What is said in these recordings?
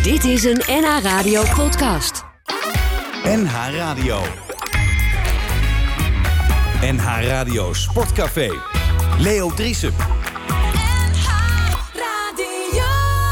Dit is een NH Radio podcast. NH Radio. NH Radio Sportcafé. Leo Driessen. NH Radio.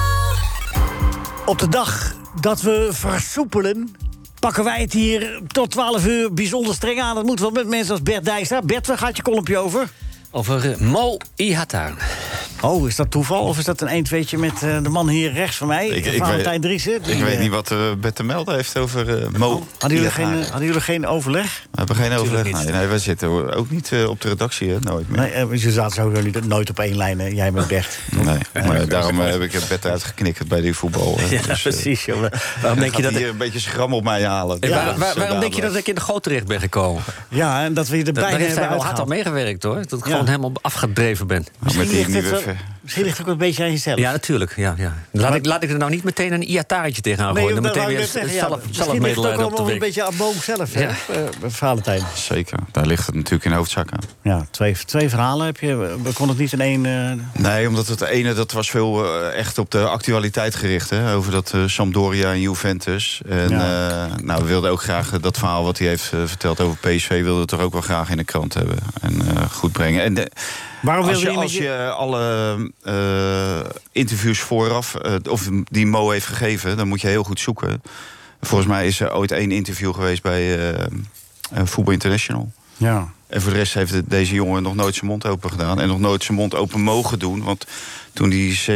Op de dag dat we versoepelen, pakken wij het hier tot 12 uur bijzonder streng aan. Dat moet wel met mensen als Bert Dijkstra. Bert, waar gaat je kolompje over? Over Mo Ihattaren. Oh, is dat toeval of is dat een 1-2'tje met de man hier rechts van mij? Valentijn Driessen. Ik weet niet wat Bert te melden heeft over Mo. Hadden jullie geen overleg? We hebben geen overleg. Nee, wij zitten ook niet op de redactie, hè? Nooit meer. Nee, ze zaten sowieso nooit op één lijn, hè? Jij met Bert. Nee, maar daarom heb ik het Bert uitgeknikkerd bij die voetbal. Ja, dus, precies, jongen. Waarom denk je dat hier een beetje schram op mij halen? Waarom denk je dat ik in de goot terecht ben gekomen? Ja, en dat we je erbij hebben heeft hij wel hard op meegewerkt, hoor. Dat ik gewoon helemaal afgedreven ben. Misschien ligt het ook een beetje aan jezelf. Ja, natuurlijk. Ja. Laat ik er nou niet meteen een Ihattaretje tegenaan gooien. Dan meteen weer zelf medelijden op de een beetje aan boom zelf, hè, Valentijn. Zeker, daar ligt het natuurlijk in de hoofdzak aan. Ja, twee verhalen heb je. We konden het niet in één... Nee, omdat het ene, dat was veel echt op de actualiteit gericht. Hè, over dat Sampdoria en Juventus. En we wilden ook graag dat verhaal wat hij heeft verteld over PSV... wilden we toch ook wel graag in de krant hebben. En goed brengen. En waarom als je alle interviews vooraf, of die Mo heeft gegeven... dan moet je heel goed zoeken. Volgens mij is er ooit 1 interview geweest bij Voetbal International. Ja. En voor de rest heeft deze jongen nog nooit zijn mond open gedaan. En nog nooit zijn mond open mogen doen. Want toen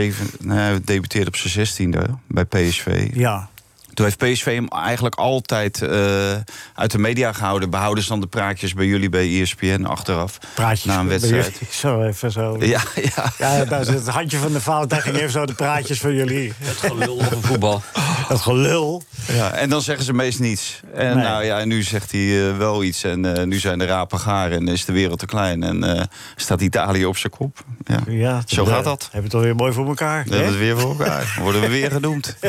hij debuteerde op zijn 16e bij PSV... Ja. Toen heeft PSV hem eigenlijk altijd uit de media gehouden. Behouden ze dan de praatjes bij jullie bij ESPN achteraf. Praatjes na een wedstrijd. Zo even zo. Ja. Ja, daar zit het handje van de Valentijn ging even zo de praatjes van jullie. Het gelul van voetbal. Dat gelul. Ja, en dan zeggen ze meest niets. En en nu zegt hij wel iets. En nu zijn de rapen gaar en is de wereld te klein. En staat Italië op zijn kop. Ja, zo gaat dat. Hebben we het alweer mooi voor elkaar. We hebben het weer voor elkaar. Dan worden we weer genoemd.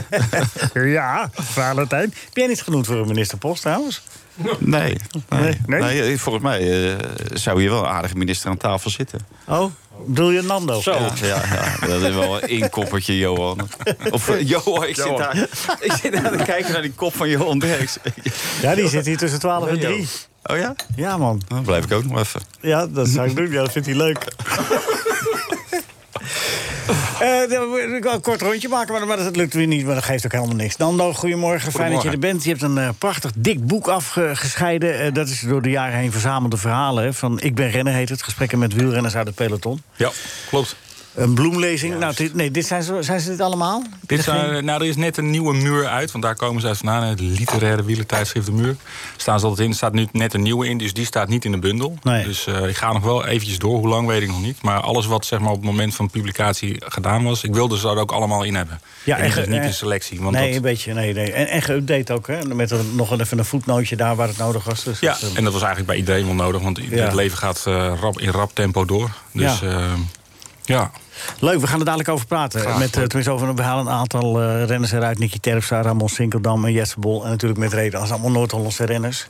Ja, Valentijn. Ben jij niet genoemd voor een ministerpost trouwens? Nee, volgens mij zou hier wel een aardige minister aan tafel zitten. Oh, bedoel je Nando? Zo. Ja, dat is wel een inkoppertje, Johan. Of Johan, ik zit daar te kijken naar die kop van Johan Derks. Ja, die zit hier tussen 12 en 3. Oh ja? Ja, man. Dan blijf ik ook nog even. Ja, dat zou ik doen. Ja, dat vindt hij leuk. Ik wil een kort rondje maken, maar dat lukt weer niet. Maar dat geeft ook helemaal niks. Nando, goedemorgen. Fijn dat je er bent. Je hebt een prachtig dik boek afgescheiden. Dat is door de jaren heen verzamelde verhalen. Hè, van Ik ben renner heet het. Gesprekken met wielrenners uit het peloton. Ja, klopt. Een bloemlezing. Ja, zijn ze dit allemaal? Er is net een nieuwe muur uit, want daar komen ze uit vandaan. Het literaire wielertijdschrift De Muur. Staan ze altijd in. Er staat nu net een nieuwe in, dus die staat niet in de bundel. Nee. Dus ik ga nog wel eventjes door. Hoe lang weet ik nog niet. Maar alles wat zeg maar, op het moment van publicatie gedaan was... ik wilde ze er ook allemaal in hebben. Ja, en dus niet een selectie. Want een beetje. Nee. En geüpdate ook, hè? Met nog even een voetnootje daar waar het nodig was. Dus ja, en dat was eigenlijk bij iedereen wel nodig. Want het leven gaat in rap tempo door. Dus ja. Leuk, we gaan er dadelijk over praten. We halen een aantal renners eruit. Nicky Terpstra, Ramon Sinkeldam en Jesse Bol. En natuurlijk met reden als allemaal Noord-Hollandse renners.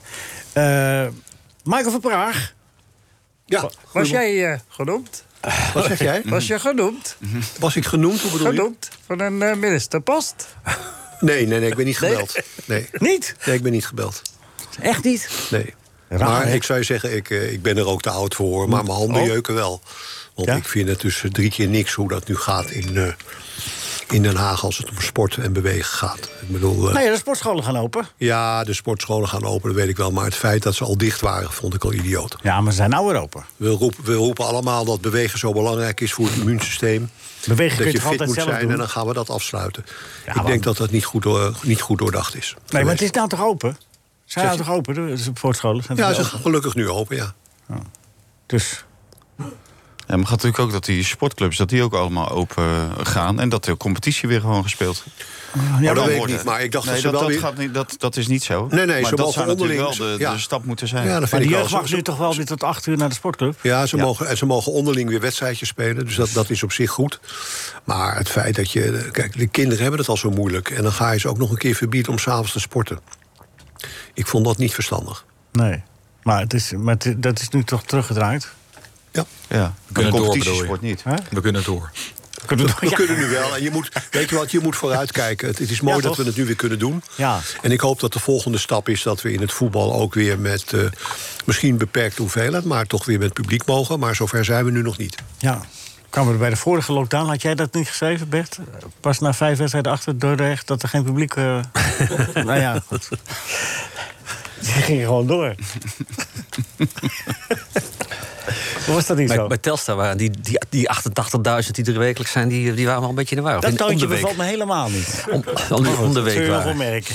Michael van Praag. Ja, was jij genoemd? Wat zeg jij? Was je genoemd? Was ik genoemd? Hoe bedoel je? Genoemd voor een ministerpost? Nee, ik ben niet gebeld. Nee. Niet? Nee, ik ben niet gebeld. Echt niet? Nee. Raar, maar hè? ik zou je zeggen, ik ben er ook te oud voor. Maar mijn handen jeuken wel. Want ik vind het dus 3 keer niks hoe dat nu gaat in Den Haag... als het om sport en bewegen gaat. Ik bedoel, de sportscholen gaan open. Ja, de sportscholen gaan open, dat weet ik wel. Maar het feit dat ze al dicht waren, vond ik al idioot. Ja, maar ze zijn nou weer open. We roepen allemaal dat bewegen zo belangrijk is voor het immuunsysteem. Bewegen dat kun je je fit altijd moet zelf zijn doen. en dan gaan we dat afsluiten. Ja, ik denk dat dat niet goed doordacht is. Nee, maar het is nou toch open? Zijn nou toch open, de sportscholen? Ja, ze gaan gelukkig nu open, ja. Dus... Ja, maar gaat natuurlijk ook dat die sportclubs dat die ook allemaal open gaan... en dat de competitie weer gewoon gespeeld Ja, dat weet ik niet, maar ik dacht dat ze wel weer... Dat is niet zo. Nee, maar ze dat zou onderling natuurlijk wel de stap moeten zijn. Ja, dat maar vind de ik jeugd wel. mag nu toch wel weer tot 8 uur naar de sportclub? Ja, ze mogen onderling weer wedstrijdjes spelen. Dus dat is op zich goed. Maar het feit dat je... Kijk, de kinderen hebben het al zo moeilijk. En dan ga je ze ook nog een keer verbieden om 's avonds te sporten. Ik vond dat niet verstandig. Nee, maar dat is nu toch teruggedraaid? Ja. Ja, We kunnen de door, competitiesport niet. We kunnen door. We kunnen nu wel. En weet je wat, je moet vooruitkijken. Het is mooi dat we het nu weer kunnen doen. Ja. En ik hoop dat de volgende stap is dat we in het voetbal ook weer met misschien beperkte hoeveelheid, maar toch weer met publiek mogen. Maar zover zijn we nu nog niet. Ja. Kwamen we bij de vorige lockdown, had jij dat niet geschreven, Bert? Pas na 5 wedstrijden achter Dordrecht dat er geen publiek... nou ja, goed. Die ging gewoon door. Was dat niet zo? Bij Telstar waren die 88.000 die er wekelijks zijn, die waren wel een beetje in de war. Dat toontje bevalt me helemaal niet. Om de week zul je nog wel waren. merken.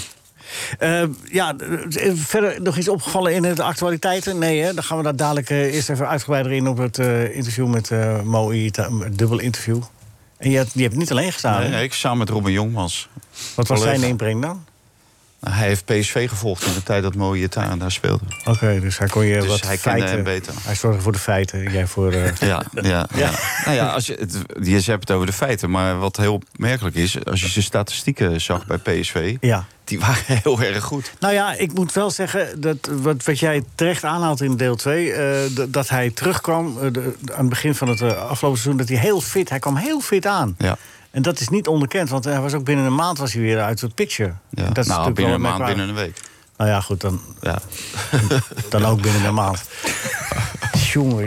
Verder nog iets opgevallen in de actualiteiten? Nee, hè? Dan gaan we daar dadelijk eerst even uitgebreider in op het interview met Mo Iyetaren, een dubbel interview. En die hebt niet alleen gestaan. Nee, ik samen met Robin Jongmans. Wat was zijn inbreng dan? Nou, hij heeft PSV gevolgd in de tijd dat Mo Iyetaren daar speelde. Oké, dus hij kon je Dus wat hij feiten... kende hem beter. Hij zorgde voor de feiten, jij voor... Ja. Nou ja, je hebt het over de feiten. Maar wat heel opmerkelijk is, als je zijn statistieken zag bij PSV... Ja. Die waren heel erg goed. Nou ja, ik moet wel zeggen, dat wat jij terecht aanhaalt in deel 2... dat hij terugkwam aan het begin van het afgelopen seizoen... dat hij kwam heel fit aan. Ja. En dat is niet onbekend, want hij was ook binnen een maand was hij weer uit het picture. Ja. Dat is natuurlijk Binnen een wel maand, binnen een week. Nou ja, goed, dan, Ja. dan ook binnen een maand. jongen.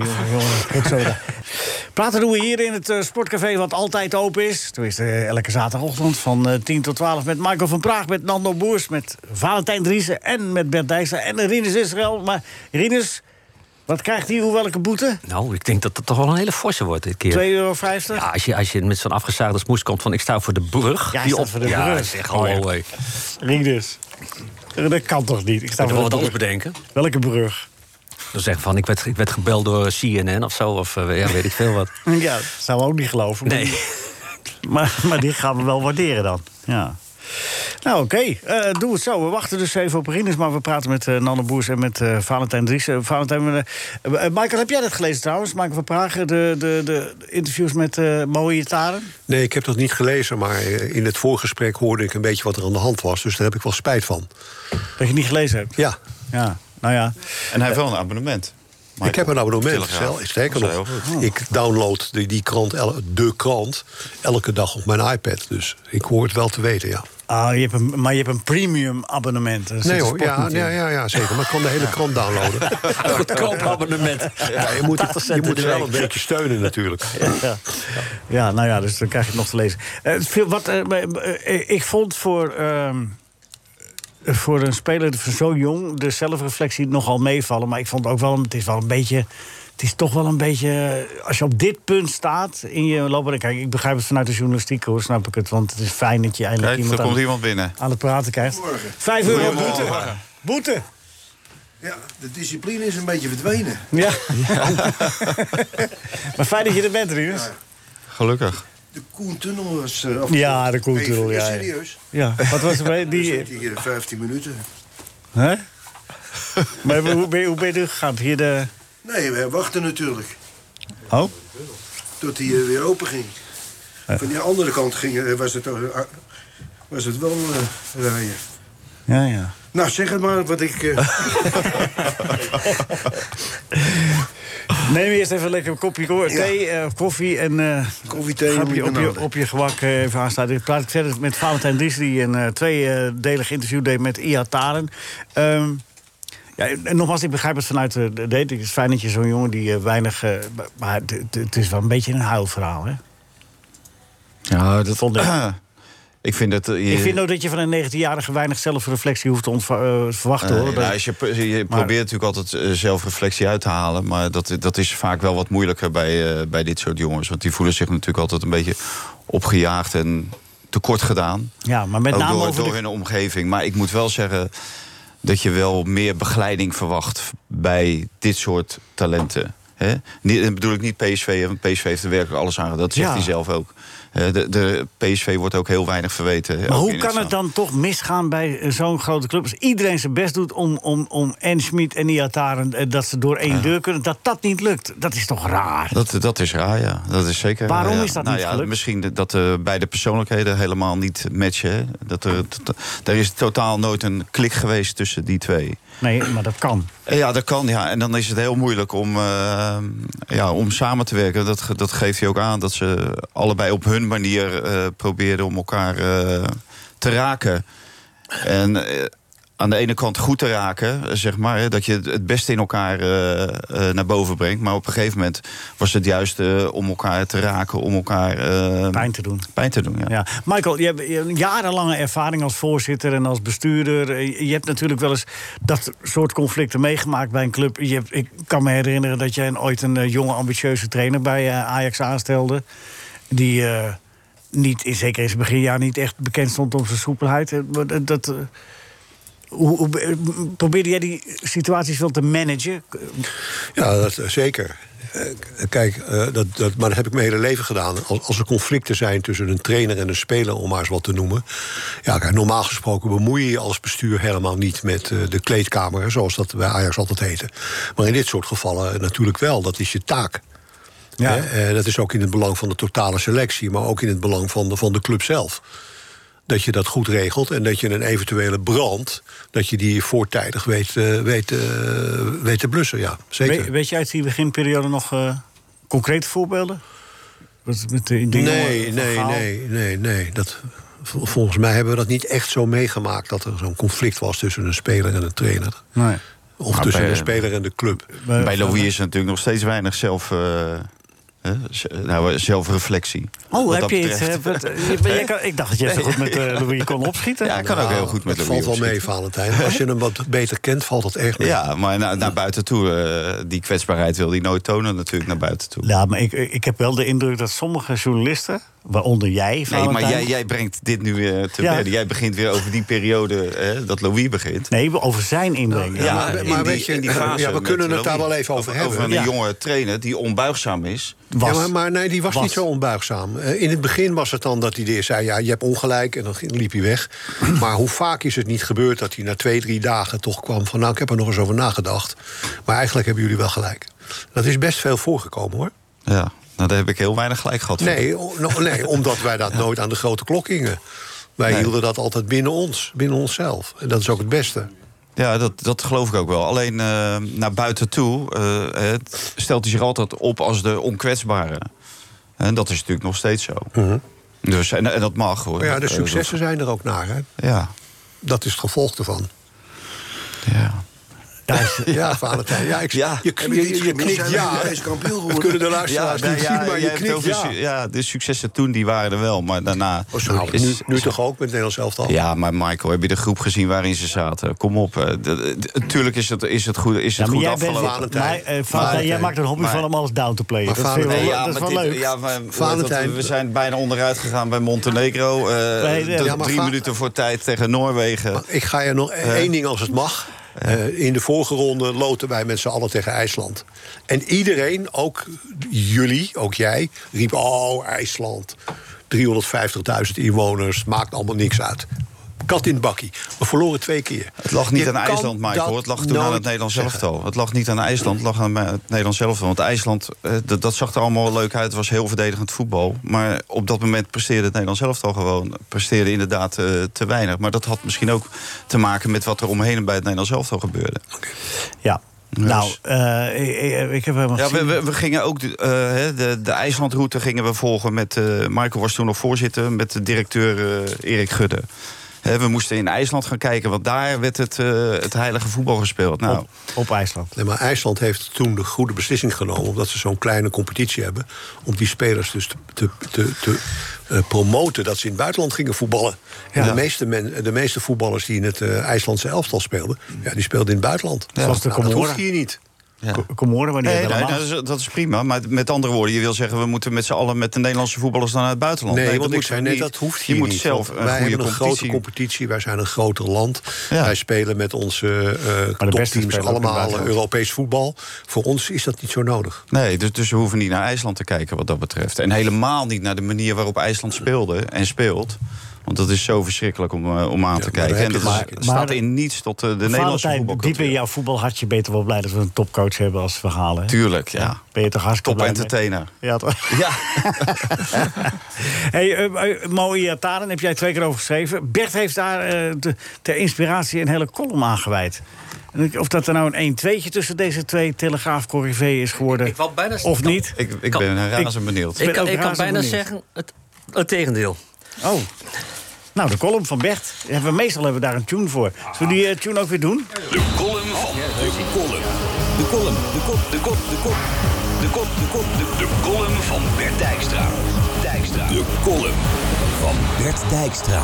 Praten doen we hier in het Sportcafé, wat altijd open is. Tenminste, elke zaterdagochtend van 10 tot 12... met Michael van Praag, met Nando Boers, met Valentijn Driessen... en met Bert Dijkstra en Rinus Israël. Maar Rinus, wat krijgt hij? Welke boete? Nou, ik denk dat het toch wel een hele forse wordt dit keer. €2,50? Ja, als je met zo'n afgezaagde smoes komt van ik sta voor de brug. Ja, staat voor de brug. Ja, zeg hallo, hé. Rinus, dat kan toch niet? Ik sta Moet je voor wel de wat anders brug. bedenken? Welke brug? Dan zeggen van ik werd gebeld door CNN of zo, of weet ik veel wat. Ja, dat zou we ook niet geloven. Nee. Maar die gaan we wel waarderen dan. Ja. Nou, oké. Doe het zo. We wachten dus even op Rinus, maar we praten met Nanne Boers en met Valentijn Driessen. Michael, heb jij dat gelezen trouwens? Michael van Praag, de interviews met Mo Iyetaren? Nee, ik heb dat niet gelezen, maar in het voorgesprek hoorde ik een beetje wat er aan de hand was. Dus daar heb ik wel spijt van. Dat je het niet gelezen hebt? Ja. Ja, nou ja. En hij heeft wel een abonnement. Ik heb een abonnement. Sterker Dat is nog, heel goed. ik download die krant, de krant, elke dag op mijn iPad. Dus ik hoor het wel te weten, ja. Ah, maar je hebt een premium abonnement. Nee hoor, ja, zeker. Maar ik kan de hele krant downloaden. Goedkoop abonnement. Ja, je moet wel een beetje steunen natuurlijk. Ja, nou ja, dus dan krijg je het nog te lezen. Ik vond voor een speler van zo jong de zelfreflectie nogal meevallen. Maar ik vond ook wel, het is toch wel een beetje... Als je op dit punt staat in je loopbaan... Kijk, ik begrijp het vanuit de journalistiek, hoor, snap ik het. Want het is fijn dat je eindelijk Kijk, er komt iemand binnen. aan het praten krijgt. €5 boete. Boete. Ja, de discipline is een beetje verdwenen. Ja. Maar fijn dat je er bent, Rinus. Ja. Gelukkig. De Koentunnel was... Ja, de Koentunnel, ja. Serieus? Ja, wat was er bij? We zitten hier 15 minuten. Hè? Maar hoe ben je er gegaan? Hier de... Nee, we wachten natuurlijk. Oh? Tot hij weer open ging. Van die andere kant was het wel rijden. Ja. Nou, zeg het maar, wat ik... Neem eerst even lekker een kopje thee, koffie en koffie, thee op je gemak even aanstaan. Ik praat verder met Valentijn Driessen, die een tweedelig interview deed met Iyetaren. Ja, en nogmaals, ik begrijp het vanuit de date. Het is fijn dat je zo'n jongen die weinig... maar het is wel een beetje een huilverhaal, hè? Ja, dat vond ik. Ik vind dat... Ik vind ook dat je van een 19-jarige weinig zelfreflectie hoeft te verwachten, hoor. Nou, je probeert natuurlijk altijd zelfreflectie uit te halen. Maar dat is vaak wel wat moeilijker bij dit soort jongens. Want die voelen zich natuurlijk altijd een beetje opgejaagd en tekort gedaan. Ja, maar met name door hun omgeving. Maar ik moet wel zeggen dat je wel meer begeleiding verwacht bij dit soort talenten. Dat bedoel ik niet PSV, want PSV heeft er werkelijk alles aan. Dat zegt hij zelf ook. De PSV wordt ook heel weinig verweten. Maar hoe kan het dan toch misgaan bij zo'n grote club? Als iedereen zijn best doet om en Schmid en Iyetaren... dat ze door één deur kunnen, dat niet lukt. Dat is toch raar? Dat is raar, ja. Dat is zeker. Waarom is dat niet gelukt? Misschien dat beide persoonlijkheden helemaal niet matchen. Er is totaal nooit een klik geweest tussen die twee. Nee, maar dat kan. Ja, dat kan, ja. En dan is het heel moeilijk om om samen te werken. Dat geeft hij ook aan. Dat ze allebei op hun manier probeerden om elkaar te raken. En aan de ene kant goed te raken, zeg maar. Hè, dat je het beste in elkaar naar boven brengt. Maar op een gegeven moment was het juist om elkaar te raken, om elkaar pijn te doen. Pijn te doen, ja. Michael, je hebt een jarenlange ervaring als voorzitter en als bestuurder. Je hebt natuurlijk wel eens dat soort conflicten meegemaakt bij een club. Ik kan me herinneren dat jij ooit een jonge, ambitieuze trainer bij Ajax aanstelde. Die niet, zeker in zijn beginjaar, niet echt bekend stond om zijn soepelheid. Hoe probeerde jij die situaties wel te managen? Ja, dat, zeker. Kijk, maar dat heb ik mijn hele leven gedaan. Als er conflicten zijn tussen een trainer en een speler, om maar eens wat te noemen. Ja, kijk, normaal gesproken bemoei je je als bestuur helemaal niet met de kleedkamer, zoals dat bij Ajax altijd heette. Maar in dit soort gevallen natuurlijk wel. Dat is je taak. Ja. Dat is ook in het belang van de totale selectie, maar ook in het belang van de club zelf. Dat je dat goed regelt en dat je een eventuele brand, dat je die voortijdig weet te blussen, ja, zeker. Weet je uit die beginperiode nog concrete voorbeelden? Nee. Volgens mij hebben we dat niet echt zo meegemaakt, dat er zo'n conflict was tussen een speler en een trainer. Nee. Of tussen een speler en de club. Bij Louis is er natuurlijk nog steeds weinig zelfreflectie. Oh, heb je het? Ik dacht dat jij zo goed met Louis kon opschieten. Ja, ik kan ook heel goed met Louis opschieten. Valt wel mee, Valentijn. Als je hem wat beter kent, valt dat erg mee. Ja, maar naar buiten toe, die kwetsbaarheid wil hij nooit tonen natuurlijk naar buiten toe. Ja, maar ik heb wel de indruk dat sommige journalisten, waaronder jij, Valentijn... Nee, maar jij brengt dit nu weer te berden. Jij begint weer over die periode dat Louis begint. Nee, over zijn inbreng. Maar weet je, we kunnen het daar wel even over hebben. Over een jonge trainer die onbuigzaam is. Maar nee, die was niet zo onbuigzaam. In het begin was het dan dat hij eerst zei, ja, je hebt ongelijk, en dan liep hij weg. Maar hoe vaak is het niet gebeurd dat hij na 2-3 dagen toch kwam van, nou, ik heb er nog eens over nagedacht. Maar eigenlijk hebben jullie wel gelijk. Dat is best veel voorgekomen, hoor. Ja, nou, daar heb ik heel weinig gelijk gehad. Nee, omdat wij dat nooit aan de grote klok hingen. Wij hielden dat altijd binnen onszelf. En dat is ook het beste. Ja, dat geloof ik ook wel. Alleen naar buiten toe stelt hij zich altijd op als de onkwetsbare. En dat is natuurlijk nog steeds zo. Mm-hmm. Dus, en dat mag, hoor. Maar ja, de successen zijn er ook naar, hè? Ja. Dat is het gevolg ervan. Ja. Ja, Valentijn. Ja, je knikt ja. Hij is kampioen geworden. Dat kunnen de luisteraars niet zien, maar je knikt ja. Ja, de successen toen, die waren er wel. Maar daarna... Nu toch ook met het Nederlands elftal? Ja, maar Michael, heb je de groep gezien waarin ze zaten? Kom op. Natuurlijk is het goed afgelopen. Valentijn, jij maakt een hobby van om alles down te playen. Dat is wel leuk. Ja, we zijn bijna onderuit gegaan bij Montenegro. 3 minuten voor tijd tegen Noorwegen. Maar ik ga je nog één ding als het mag. In de vorige ronde loten wij met z'n allen tegen IJsland. En iedereen, ook jullie, ook jij, riep, oh, IJsland. 350.000 inwoners, maakt allemaal niks uit. Kat in het bakkie. We verloren 2 keer. Het lag niet aan IJsland, Michael. Het lag toen aan het Nederlands elftal. Het lag niet aan IJsland, het lag aan het Nederlands elftal. Want IJsland, dat zag er allemaal leuk uit. Het was heel verdedigend voetbal. Maar op dat moment presteerde het Nederlands elftal gewoon. Presteerde inderdaad te weinig. Maar dat had misschien ook te maken met wat er omheen bij het Nederlands elftal gebeurde. Okay. Ja. Dus. Nou, ik heb helemaal gezien. We gingen ook de IJslandroute gingen we volgen met... Michael was toen nog voorzitter, met de directeur Erik Gudde. We moesten in IJsland gaan kijken, want daar werd het heilige voetbal gespeeld. Nou, op IJsland. Nee, maar IJsland heeft toen de goede beslissing genomen, omdat ze zo'n kleine competitie hebben, om die spelers dus te promoten dat ze in het buitenland gingen voetballen. Ja. En de meeste voetballers die in het IJslandse elftal speelden, die speelden in het buitenland. Ja. Zoals de dat hoeft hier niet. Ja. Comoren, maar dat is prima. Maar met andere woorden, je wil zeggen, we moeten met z'n allen met de Nederlandse voetballers naar het buitenland. Nee, dat hoeft hier je moet niet. Zelf wij hebben een grote competitie, wij zijn een groter land. Ja. Wij spelen met onze topteams allemaal Europees voetbal. Voor ons is dat niet zo nodig. Nee, dus we hoeven niet naar IJsland te kijken wat dat betreft. En helemaal niet naar de manier waarop IJsland speelde en speelt. Want dat is zo verschrikkelijk om aan te kijken. En dat staat in niets tot de Nederlandse voetbalcultuur. Diep in jouw voetbalhartje beter wel blij dat we een topcoach hebben als we halen. Tuurlijk, ja. Ben je toch hartstikke top entertainer. Ja, toch? Ja. Mo Iataren heb jij 2 keer over geschreven. Bert heeft daar ter inspiratie een hele column aan gewijd. Of dat er nou een 1-2'tje tussen deze 2 Telegraaf-corriveeën is geworden, of niet. Ik ben razend benieuwd. Ik kan bijna zeggen het tegendeel. Oh. Nou, de column van Bert. Meestal hebben we daar een tune voor. Zullen we die tune ook weer doen? De column van de column. De column, de kop, de kop, de kop. De kop, de kop, de column van Bert Dijkstra. De column van Bert Dijkstra.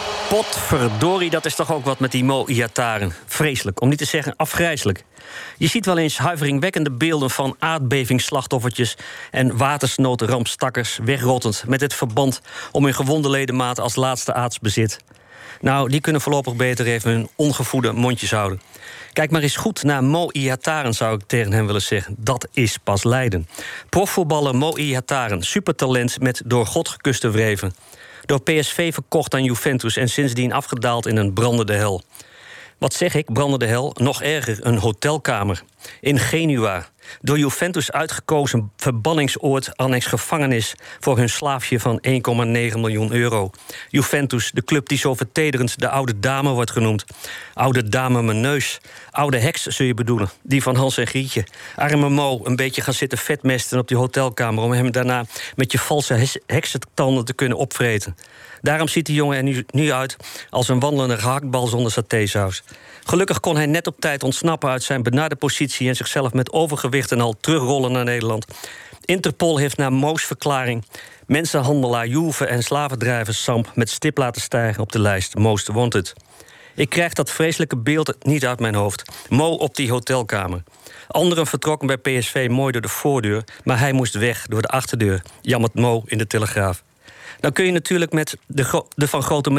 Potverdorie, dat is toch ook wat met die Mo Iataren. Vreselijk, om niet te zeggen afgrijselijk. Je ziet wel eens huiveringwekkende beelden van aardbevingsslachtoffertjes en watersnoodramstakkers wegrottend met het verband om hun gewonde ledematen als laatste aardsbezit. Nou, die kunnen voorlopig beter even hun ongevoede mondjes houden. Kijk maar eens goed naar Mo Iataren, zou ik tegen hem willen zeggen. Dat is pas lijden. Profvoetballer Mo Iataren, supertalent met door God gekuste wreven. Door PSV verkocht aan Juventus en sindsdien afgedaald in een brandende hel. Wat zeg ik, brandende hel? Nog erger, een hotelkamer. In Genua. Door Juventus uitgekozen verbanningsoord annex gevangenis voor hun slaafje van 1,9 miljoen euro. Juventus, de club die zo vertederend de oude dame wordt genoemd. Oude dame mijn neus. Oude heks zul je bedoelen. Die van Hans en Grietje. Arme Mo, een beetje gaan zitten vetmesten op die hotelkamer om hem daarna met je valse heksentanden te kunnen opvreten. Daarom ziet die jongen er nu uit als een wandelende gehaktbal zonder satésaus. Gelukkig kon hij net op tijd ontsnappen uit zijn benarde positie en zichzelf met overgewicht en al terugrollen naar Nederland. Interpol heeft na Mo's verklaring mensenhandelaar Juve en slavendrijver Samp met stip laten stijgen op de lijst Most Wanted. Ik krijg dat vreselijke beeld niet uit mijn hoofd. Mo op die hotelkamer. Anderen vertrokken bij PSV mooi door de voordeur, maar hij moest weg door de achterdeur, jammert Mo in de Telegraaf. Dan kun je natuurlijk met de van grote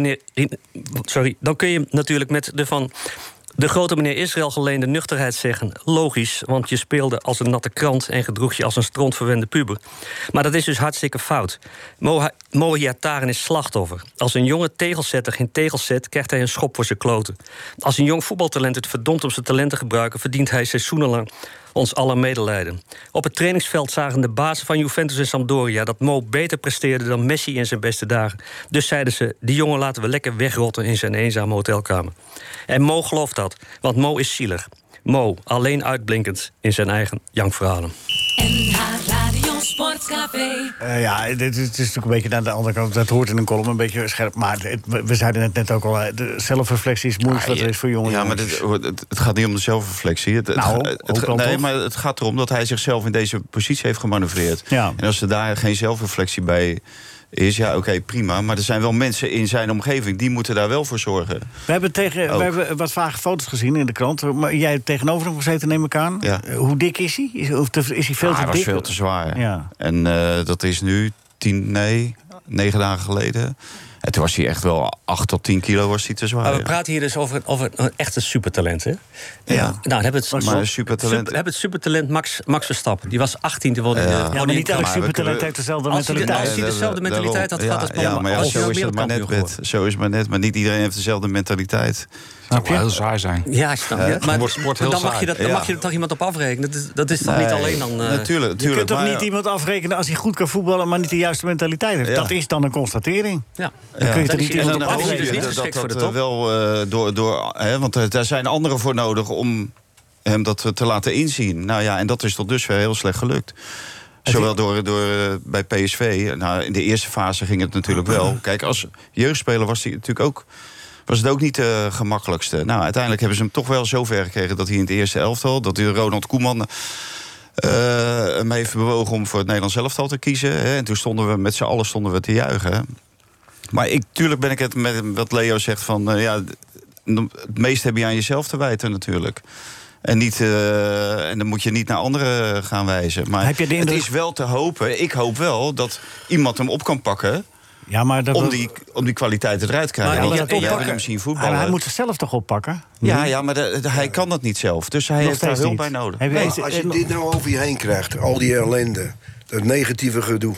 meneer Israël geleende nuchterheid zeggen. Logisch, want je speelde als een natte krant en gedroeg je als een strontverwende puber. Maar dat is dus hartstikke fout. Mo Iataren is slachtoffer. Als een jonge tegelzetter geen tegels zet, krijgt hij een schop voor zijn kloten. Als een jong voetbaltalent het verdomd om zijn talent te gebruiken, verdient hij seizoenenlang ons aller medelijden. Op het trainingsveld zagen de bazen van Juventus en Sampdoria dat Mo beter presteerde dan Messi in zijn beste dagen. Dus zeiden ze, die jongen laten we lekker wegrotten in zijn eenzame hotelkamer. En Mo gelooft dat, want Mo is zielig. Mo, alleen uitblinkend in zijn eigen jankverhalen. NH Radio Sportcafé. Dit is natuurlijk een beetje aan de andere kant. Dat hoort in een column een beetje scherp. Maar we zeiden het net ook al. De zelfreflectie is het moeilijkste wat er is voor jongen. Ja, maar het gaat niet om de zelfreflectie. Maar het gaat erom dat hij zichzelf in deze positie heeft gemanoeuvreerd. Ja. En als er daar geen zelfreflectie bij is, ja, oké, prima. Maar er zijn wel mensen in zijn omgeving die moeten daar wel voor zorgen. We hebben wat vage foto's gezien in de krant. Maar jij hebt tegenover hem gezeten, neem ik aan. Ja. Hoe dik is hij? Is hij veel te dik? Hij was veel te zwaar. Ja. En dat is nu 9 dagen geleden. En toen was hij echt wel 8 tot 10 kilo was hij te zwaar. Maar we praten hier dus over een echte supertalent, hè? Ja. Nou, hebben het supertalent Max Verstappen. Die was 18 te worden. Ja, maar niet elk supertalent heeft dezelfde mentaliteit. Als hij dezelfde mentaliteit had gehad als Paul. Ja, maar zo is het maar net, Bert. Zo is het maar net. Maar niet iedereen heeft dezelfde mentaliteit. Het zou wel heel zwaar zijn. Ja, ik snap je. Maar dan mag je er toch iemand op afrekenen? Dat is toch niet alleen dan... Natuurlijk. Je kunt toch niet iemand afrekenen als hij goed kan voetballen, maar niet de juiste mentaliteit heeft. Dat is dan een constatering. Ja. Dan kun je er niet iemand op afrekenen. Want daar zijn anderen voor nodig om hem dat te laten inzien. Nou ja, en dat is tot dusver heel slecht gelukt. Zowel bij PSV. Nou, in de eerste fase ging het natuurlijk wel. Kijk, als jeugdspeler was het ook niet de gemakkelijkste. Nou, uiteindelijk hebben ze hem toch wel zover gekregen dat hij in het eerste elftal, dat Ronald Koeman hem heeft bewogen om voor het Nederlands elftal te kiezen. Hè. En toen stonden we met z'n allen te juichen. Maar tuurlijk ben ik het met wat Leo zegt van het meeste heb je aan jezelf te wijten natuurlijk. En dan moet je niet naar anderen gaan wijzen. Maar het is wel te hopen. Ik hoop wel dat iemand hem op kan pakken. Ja, maar om die kwaliteit eruit te krijgen. Maar jij wil hem zien voetballen. Hij moet zichzelf toch oppakken? Ja, maar hij kan dat niet zelf. Dus hij heeft daar hulp bij nodig. Als je dit nou over je heen krijgt, al die ellende, dat negatieve gedoe,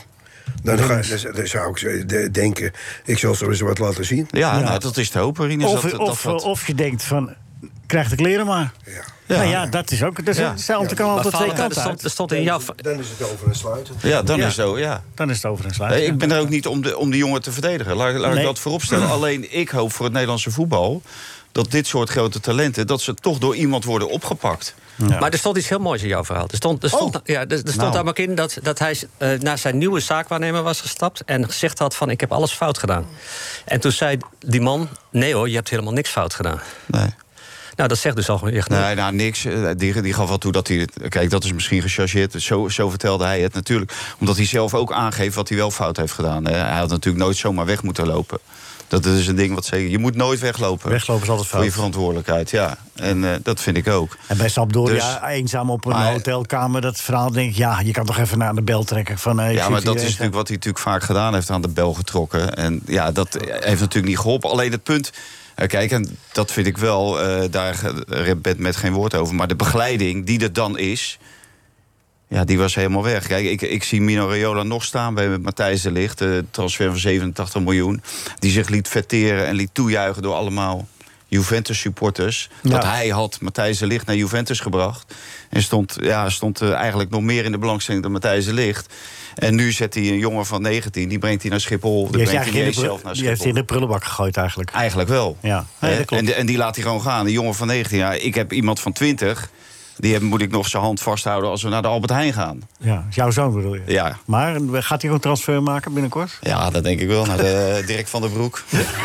Dan zou ik denken, ik zal zo eens wat laten zien. Ja, nou, dat is te hopen, Rinus. Of je denkt van, krijg de kleren maar. Ja, dat is ook. Het kan altijd twee kanten uit. Stond in jouw... Dan is het over en sluiten. Ja, dan is het over en sluiten. Ik ben er ook niet om die jongen te verdedigen. Laat ik dat vooropstellen. Alleen ik hoop voor het Nederlandse voetbal dat dit soort grote talenten, dat ze toch door iemand worden opgepakt. Ja. Maar er stond iets heel moois in jouw verhaal. Er stond daar ook in dat hij naar zijn nieuwe zaakwaarnemer was gestapt en gezegd had van, ik heb alles fout gedaan. En toen zei die man, nee hoor, je hebt helemaal niks fout gedaan. Nee. Nou, dat zegt dus al echt niks. Die gaf wel toe dat hij... Kijk, dat is misschien gechargeerd. Zo vertelde hij het natuurlijk. Omdat hij zelf ook aangeeft wat hij wel fout heeft gedaan. Hij had natuurlijk nooit zomaar weg moeten lopen. Dat is een ding wat zeker... Je moet nooit weglopen. Weglopen is altijd fout. Voor je verantwoordelijkheid, ja. En dat vind ik ook. En bij Sampdoria, eenzaam op een hotelkamer, dat verhaal denk ik, ja, je kan toch even naar de bel trekken. Van, maar dat is natuurlijk wat hij natuurlijk vaak gedaan heeft, aan de bel getrokken. En ja, dat heeft natuurlijk niet geholpen. Alleen het punt... Kijk, en dat vind ik wel, daar bent met geen woord over. Maar de begeleiding die er dan is, ja, die was helemaal weg. Kijk, ik zie Mino Raiola nog staan bij Matthijs de Ligt, de transfer van 87 miljoen. Die zich liet vetteren en liet toejuichen door allemaal Juventus-supporters. Ja. Dat hij had Matthijs de Ligt naar Juventus gebracht. En stond eigenlijk nog meer in de belangstelling dan Matthijs de Ligt. En nu zet hij een jongen van 19, die brengt hij naar Schiphol. Die brengt hij zelf naar Schiphol. Die heeft hij in de prullenbak gegooid eigenlijk. Eigenlijk wel. Ja. Nee, dat klopt. En die laat hij gewoon gaan. Een jongen van 19, ja, ik heb iemand van 20... moet ik nog zijn hand vasthouden als we naar de Albert Heijn gaan. Ja, jouw zoon bedoel je? Ja. Maar gaat hij ook een transfer maken binnenkort? Ja, dat denk ik wel. Naar de Dirk van der Broek.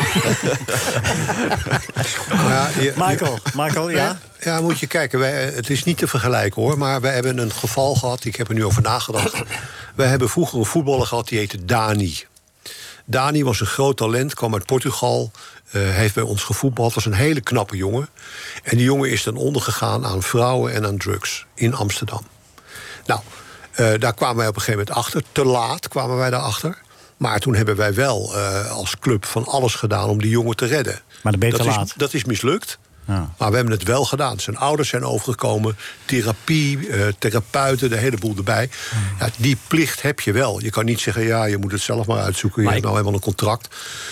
Michael, ja? Ja, moet je kijken. Het is niet te vergelijken, hoor. Maar wij hebben een geval gehad, ik heb er nu over nagedacht. Wij hebben vroeger een voetballer gehad, die heette Dani. Dani was een groot talent, kwam uit Portugal, heeft bij ons gevoetbald, was een hele knappe jongen. En die jongen is dan ondergegaan aan vrouwen en aan drugs in Amsterdam. Nou, daar kwamen wij op een gegeven moment achter. Te laat kwamen wij daarachter. Maar toen hebben wij wel als club van alles gedaan om die jongen te redden. Maar dan ben je te laat. Dat is mislukt. Ja. Maar we hebben het wel gedaan. Zijn ouders zijn overgekomen. Therapie, therapeuten, de hele boel erbij. Ja, die plicht heb je wel. Je kan niet zeggen, ja, je moet het zelf maar uitzoeken. Je hebt nou helemaal een contract.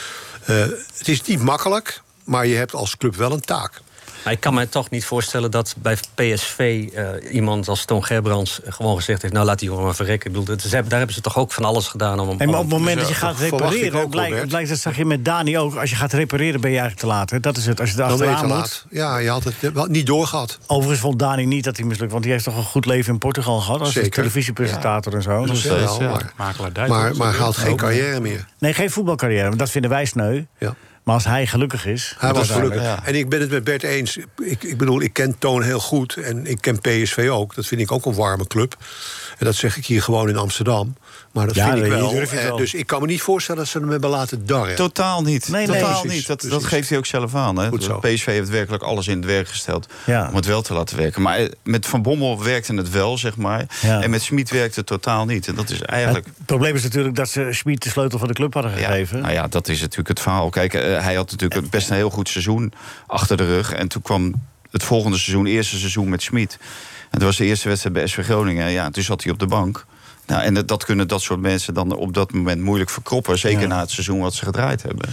Het is niet makkelijk, maar je hebt als club wel een taak. Maar ik kan me toch niet voorstellen dat bij PSV iemand als Toon Gerbrands gewoon gezegd heeft, nou laat die jongen maar verrekken. Ik bedoel, daar hebben ze toch ook van alles gedaan om... Maar op het moment dat je gaat repareren, blijkt dat, zag je met Dani ook, als je gaat repareren ben je eigenlijk te laat. Hè? Dat is het, als je er achteraan moet. Ja, je had het niet doorgehad. Overigens vond Dani niet dat hij mislukt, want die heeft toch een goed leven in Portugal gehad als televisiepresentator en zo. Dus, maar hij had geen carrière meer. Nee, geen voetbalcarrière, dat vinden wij sneu. Ja. Maar als hij gelukkig is... Hij was gelukkig. Ja. En ik ben het met Bert eens. Ik bedoel, ik ken Toon heel goed. En ik ken PSV ook. Dat vind ik ook een warme club. En dat zeg ik hier gewoon in Amsterdam. Maar dat vind ik wel. Dus ik kan me niet voorstellen dat ze hem hebben laten darren. Totaal niet. Totaal niet. Dat geeft hij ook zelf aan. Hè. PSV heeft werkelijk alles in het werk gesteld om het wel te laten werken. Maar met Van Bommel werkte het wel, zeg maar. Ja. En met Schmid werkte het totaal niet. En dat is eigenlijk... Het probleem is natuurlijk dat ze Schmid de sleutel van de club hadden gegeven. Nou ja, dat is natuurlijk het verhaal. Kijk, hij had natuurlijk best een heel goed seizoen achter de rug. En toen kwam het volgende seizoen, eerste seizoen met Schmid. En dat was de eerste wedstrijd bij SV Groningen. Ja, toen zat hij op de bank. Nou, en dat kunnen dat soort mensen dan op dat moment moeilijk verkroppen. Zeker na het seizoen wat ze gedraaid hebben.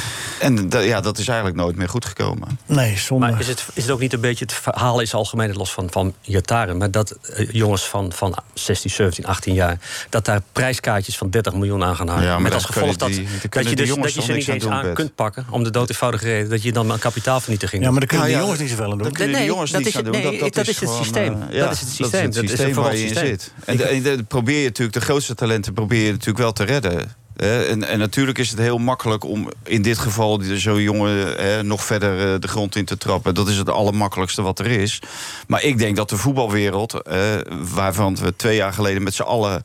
En dat is eigenlijk nooit meer goed gekomen. Nee, zonde. Maar is het ook niet een beetje... Het verhaal is algemeen los van Iataren... maar dat jongens van 16, 17, 18 jaar... dat daar prijskaartjes van 30 miljoen aan gaan hangen. Ja, met als gevolg dat je ze niet eens aan kunt pakken... om de dood eenvoudige reden dat je dan een kapitaalvernietiging doet. Ja, maar daar kunnen de jongens niet zoveel aan doen. Dat is het systeem. Dat is het systeem. Dat is het waar je in zit. En probeer je natuurlijk, de grootste talenten probeer je natuurlijk wel te redden. En natuurlijk is het heel makkelijk om in dit geval zo'n jongen nog verder de grond in te trappen. Dat is het allermakkelijkste wat er is. Maar ik denk dat de voetbalwereld, waarvan we 2 jaar geleden met z'n allen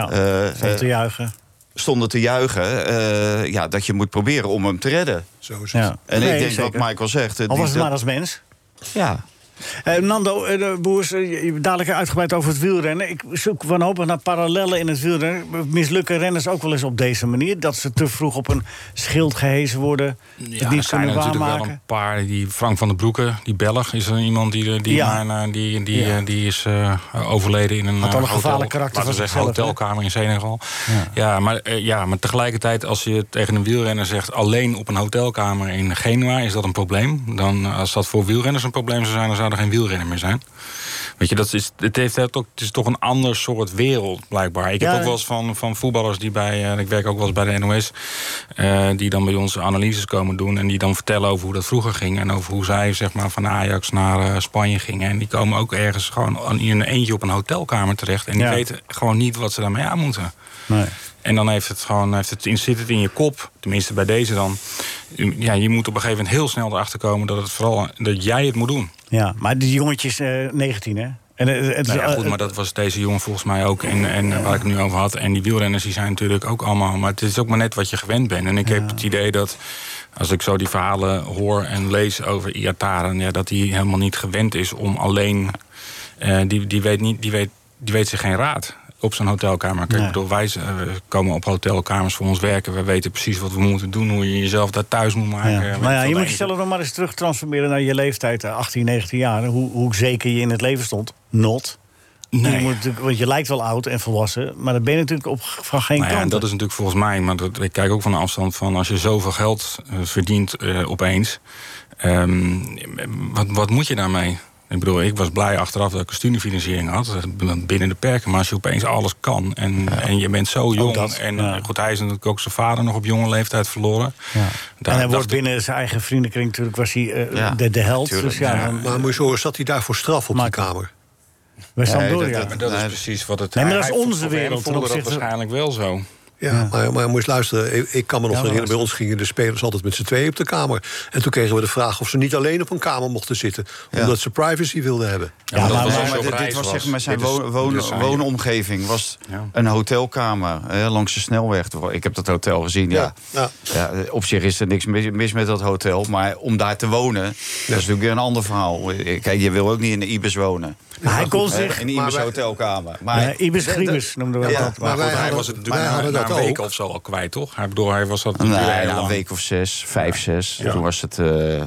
stonden te juichen, dat je moet proberen om hem te redden. Zo is het. Ja. En ik denk wat Michael zegt. Al was het maar als mens. Ja. Nando, Boers, dadelijk uitgebreid over het wielrennen. Ik zoek wanhopig naar parallellen in het wielrennen. Mislukken renners ook wel eens op deze manier? Dat ze te vroeg op een schild gehezen worden, het niet kunnen zijn er natuurlijk waarmaken? wel een paar. Die Frank van der Broeke, die Belg, is er iemand die is overleden in een gevaarlijk karakter van zichzelf, hotelkamer in Senegal. Maar tegelijkertijd, als je tegen een wielrenner zegt alleen op een hotelkamer in Genua, is dat een probleem. Dan, als dat voor wielrenners een probleem zou zijn, dan zou er geen wielrenner meer zijn. Weet je, het is toch een ander soort wereld, blijkbaar. Ik heb ook wel eens van voetballers die ik werk ook wel eens bij de NOS, die dan bij ons analyses komen doen en die dan vertellen over hoe dat vroeger ging en over hoe zij zeg maar van Ajax naar Spanje gingen. En die komen ook ergens gewoon in een eentje op een hotelkamer terecht en die weten gewoon niet wat ze daarmee aan moeten. Nee. En dan zit het in je kop, tenminste bij deze dan. Ja, je moet op een gegeven moment heel snel erachter komen dat jij het moet doen. Ja, maar die jongetje is 19, hè? Maar dat was deze jongen volgens mij ook. En waar ik het nu over had. En die wielrenners die zijn natuurlijk ook allemaal. Maar het is ook maar net wat je gewend bent. En ik heb het idee dat als ik zo die verhalen hoor en lees over Iataren, dat hij helemaal niet gewend is om alleen. Die weet zich geen raad op zijn hotelkamer. Kijk, ik bedoel, wij komen op hotelkamers voor ons werken. We weten precies wat we moeten doen, hoe je jezelf daar thuis moet maken. Maar je moet jezelf nog maar eens terug transformeren naar je leeftijd, 18, 19 jaar. Hoe zeker je in het leven stond. Nee. Want je lijkt wel oud en volwassen, maar dat ben je natuurlijk van geen kant. En dat is natuurlijk volgens mij, maar ik kijk ook van de afstand van als je zoveel geld verdient opeens. Wat moet je daarmee? Ik bedoel, ik was blij achteraf dat ik een studiefinanciering had. Binnen de perken. Maar als je opeens alles kan en je bent zo jong. Goed, hij is natuurlijk ook zijn vader nog op jonge leeftijd verloren. Ja. En hij wordt binnen zijn eigen vriendenkring natuurlijk was hij de held. Dus maar moet je zo, zat hij daar voor straf op de kamer? Bij Sampdoria. Dat is precies wat het... Nee, maar dat is onze wereld. Voelde dat waarschijnlijk wel zo. Ja, maar moet eens luisteren. Ik kan me nog herinneren, bij ons gingen de spelers altijd met z'n tweeën op de kamer. En toen kregen we de vraag of ze niet alleen op een kamer mochten zitten. Omdat ze privacy wilden hebben. Dit was zeg maar zijn woonomgeving. Was een hotelkamer langs de snelweg. Ik heb dat hotel gezien. Ja, op zich is er niks mis met dat hotel. Maar om daar te wonen, dat is natuurlijk weer een ander verhaal. Kijk, je wil ook niet in de Ibis wonen. Maar hij kon zich... In de Ibis hotelkamer. Ibis Gribus noemden we dat. Maar hij was het natuurlijk na een week of zo al kwijt, toch? Hij was dat een week of 6, 5, 6. Toen was het...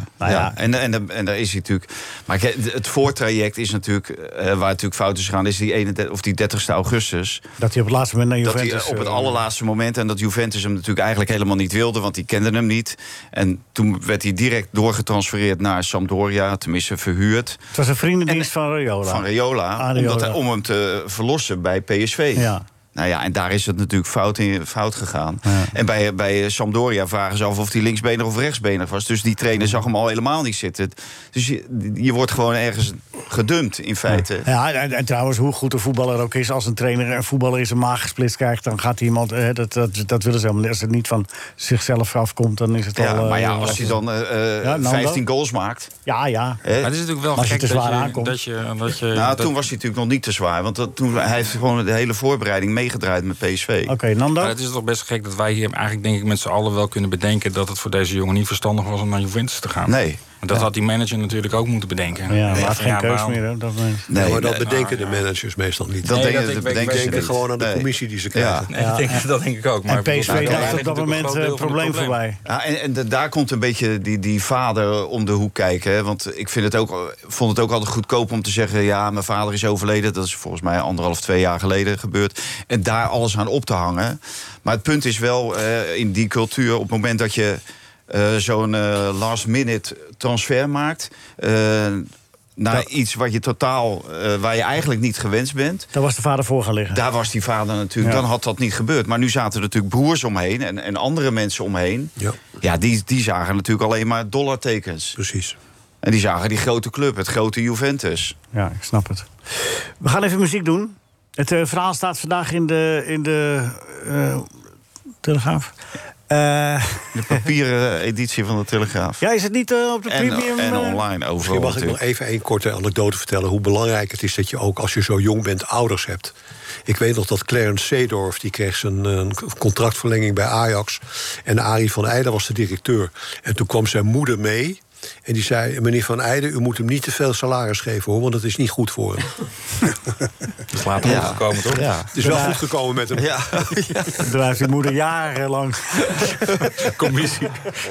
En daar is hij natuurlijk... Maar het voortraject is natuurlijk... waar natuurlijk fout is gegaan, is die 30 augustus. Dat hij op het laatste moment naar Juventus... Dat hij op het allerlaatste moment... En dat Juventus hem natuurlijk eigenlijk helemaal niet wilde... want die kenden hem niet. En toen werd hij direct doorgetransfereerd naar Sampdoria. Tenminste, verhuurd. Het was een vriendendienst van Raiola. Om hem te verlossen bij PSV. Ja. Nou ja, en daar is het natuurlijk fout gegaan. Ja. En bij Sampdoria vragen ze af of hij linksbenig of rechtsbenig was. Dus die trainer zag hem al helemaal niet zitten. Dus je wordt gewoon ergens gedumpt, in feite. Ja, en trouwens, hoe goed een voetballer ook is... als een trainer een voetballer in zijn maag gesplitst krijgt... dan gaat iemand... dat willen ze helemaal niet. Als het niet van zichzelf afkomt, dan is het al... Maar als hij dan 15 goals maakt... Ja. Maar het is natuurlijk wel gek dat je... Toen was hij natuurlijk nog niet te zwaar. Want hij heeft gewoon de hele voorbereiding meegedraaid met PSV. Oké, Nando? Maar het is toch best gek dat wij hier eigenlijk denk ik met z'n allen wel kunnen bedenken... dat het voor deze jongen niet verstandig was om naar Juventus te gaan. Nee. Dat had die manager natuurlijk ook moeten bedenken. Ja, maar geen keus meer. Hè? Dat bedenken de managers meestal niet. Dat denken gewoon aan de commissie die ze krijgen. Dat denk ik ook. Maar en PSV dacht op dat moment een probleem voorbij. Ja, en daar komt een beetje die vader om de hoek kijken. Hè? Want ik vond het ook altijd goedkoop om te zeggen... ja, mijn vader is overleden. Dat is volgens mij 1,5, 2 jaar geleden gebeurd. En daar alles aan op te hangen. Maar het punt is wel, in die cultuur... op het moment dat je... zo'n last-minute transfer maakt... naar iets wat je totaal... waar je eigenlijk niet gewenst bent. Daar was de vader voor gaan liggen. Daar was die vader natuurlijk. Dan had dat niet gebeurd. Maar nu zaten er natuurlijk broers omheen... en andere mensen omheen. Ja, die zagen natuurlijk alleen maar dollartekens. Precies. En die zagen die grote club, het grote Juventus. Ja, ik snap het. We gaan even muziek doen. Het verhaal staat vandaag in de Telegraaf. De papieren editie van de Telegraaf. Ja, is het niet op de premium? En online overal. Mag ik nog even een korte anekdote vertellen... hoe belangrijk het is dat je ook, als je zo jong bent, ouders hebt. Ik weet nog dat Clarence Seedorf, die kreeg zijn contractverlenging bij Ajax... en Arie van Eijden was de directeur. En toen kwam zijn moeder mee... En die zei, meneer Van Eijden, u moet hem niet te veel salaris geven, hoor, want dat is niet goed voor hem. Het is later ook gekomen, toch? Ja. Het is wel goed gekomen met hem. Ja. Daar heeft die moeder jarenlang Commissie.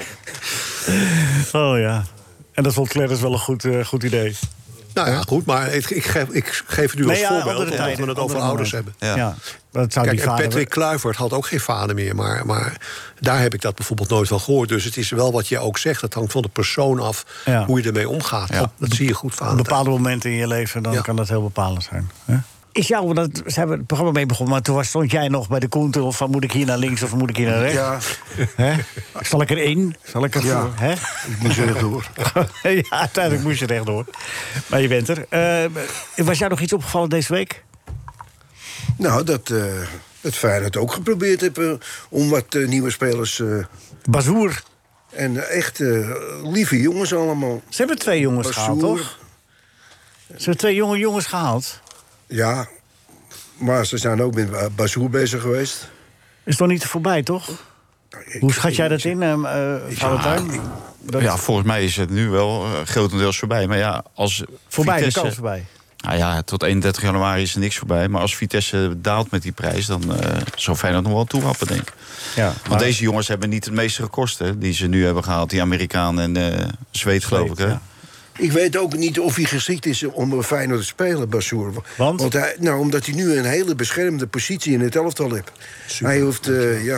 Oh ja. En dat vond Clarence wel een goed idee. Nou ja, goed, maar ik geef het u als voorbeeld, omdat we het over ouders hebben. Ja. Dat zou Kijk, die vader... en Patrick Kluivert had ook geen vader meer, maar daar heb ik dat bijvoorbeeld nooit van gehoord. Dus het is wel wat je ook zegt, het hangt van de persoon af hoe je ermee omgaat. Ja. Dat zie je goed van. Op bepaalde momenten in je leven dan kan dat heel bepalend zijn. Hè? Is jou, ze hebben het programma mee begonnen, maar toen stond jij nog bij de counter, of van moet ik hier naar links of moet ik hier naar rechts? Ja. Hè? Zal ik erin? Zal ik er voor? Hè? Ik moest er rechtdoor. Ja, uiteindelijk moest je rechtdoor. Maar je bent er. Was jou nog iets opgevallen deze week? Nou, dat Feyenoord ook geprobeerd heeft om wat nieuwe spelers... Bazoer. En echt lieve jongens allemaal. Ze hebben 2 jongens gehaald, toch? Ze hebben 2 jonge jongens gehaald. Ja, maar ze zijn ook met Bazoer bezig geweest. Is toch niet voorbij, toch? Hoe schat jij dat in, Valentijn? Ja, volgens mij is het nu wel grotendeels voorbij. Maar ja, als voorbij, Vitesse... de kans voorbij. Nou ja, tot 31 januari is er niks voorbij. Maar als Vitesse daalt met die prijs, dan zal Feyenoord nog wel toehappen, denk ik. Ja, Want deze jongens hebben niet het meeste gekost, hè, die ze nu hebben gehaald. Die Amerikaan en Zweed, geloof ik, hè? Ja. Ik weet ook niet of hij geschikt is om Feyenoord te spelen, Bazoer. Want omdat hij nu een hele beschermde positie in het elftal heeft. Super. Hij hoeft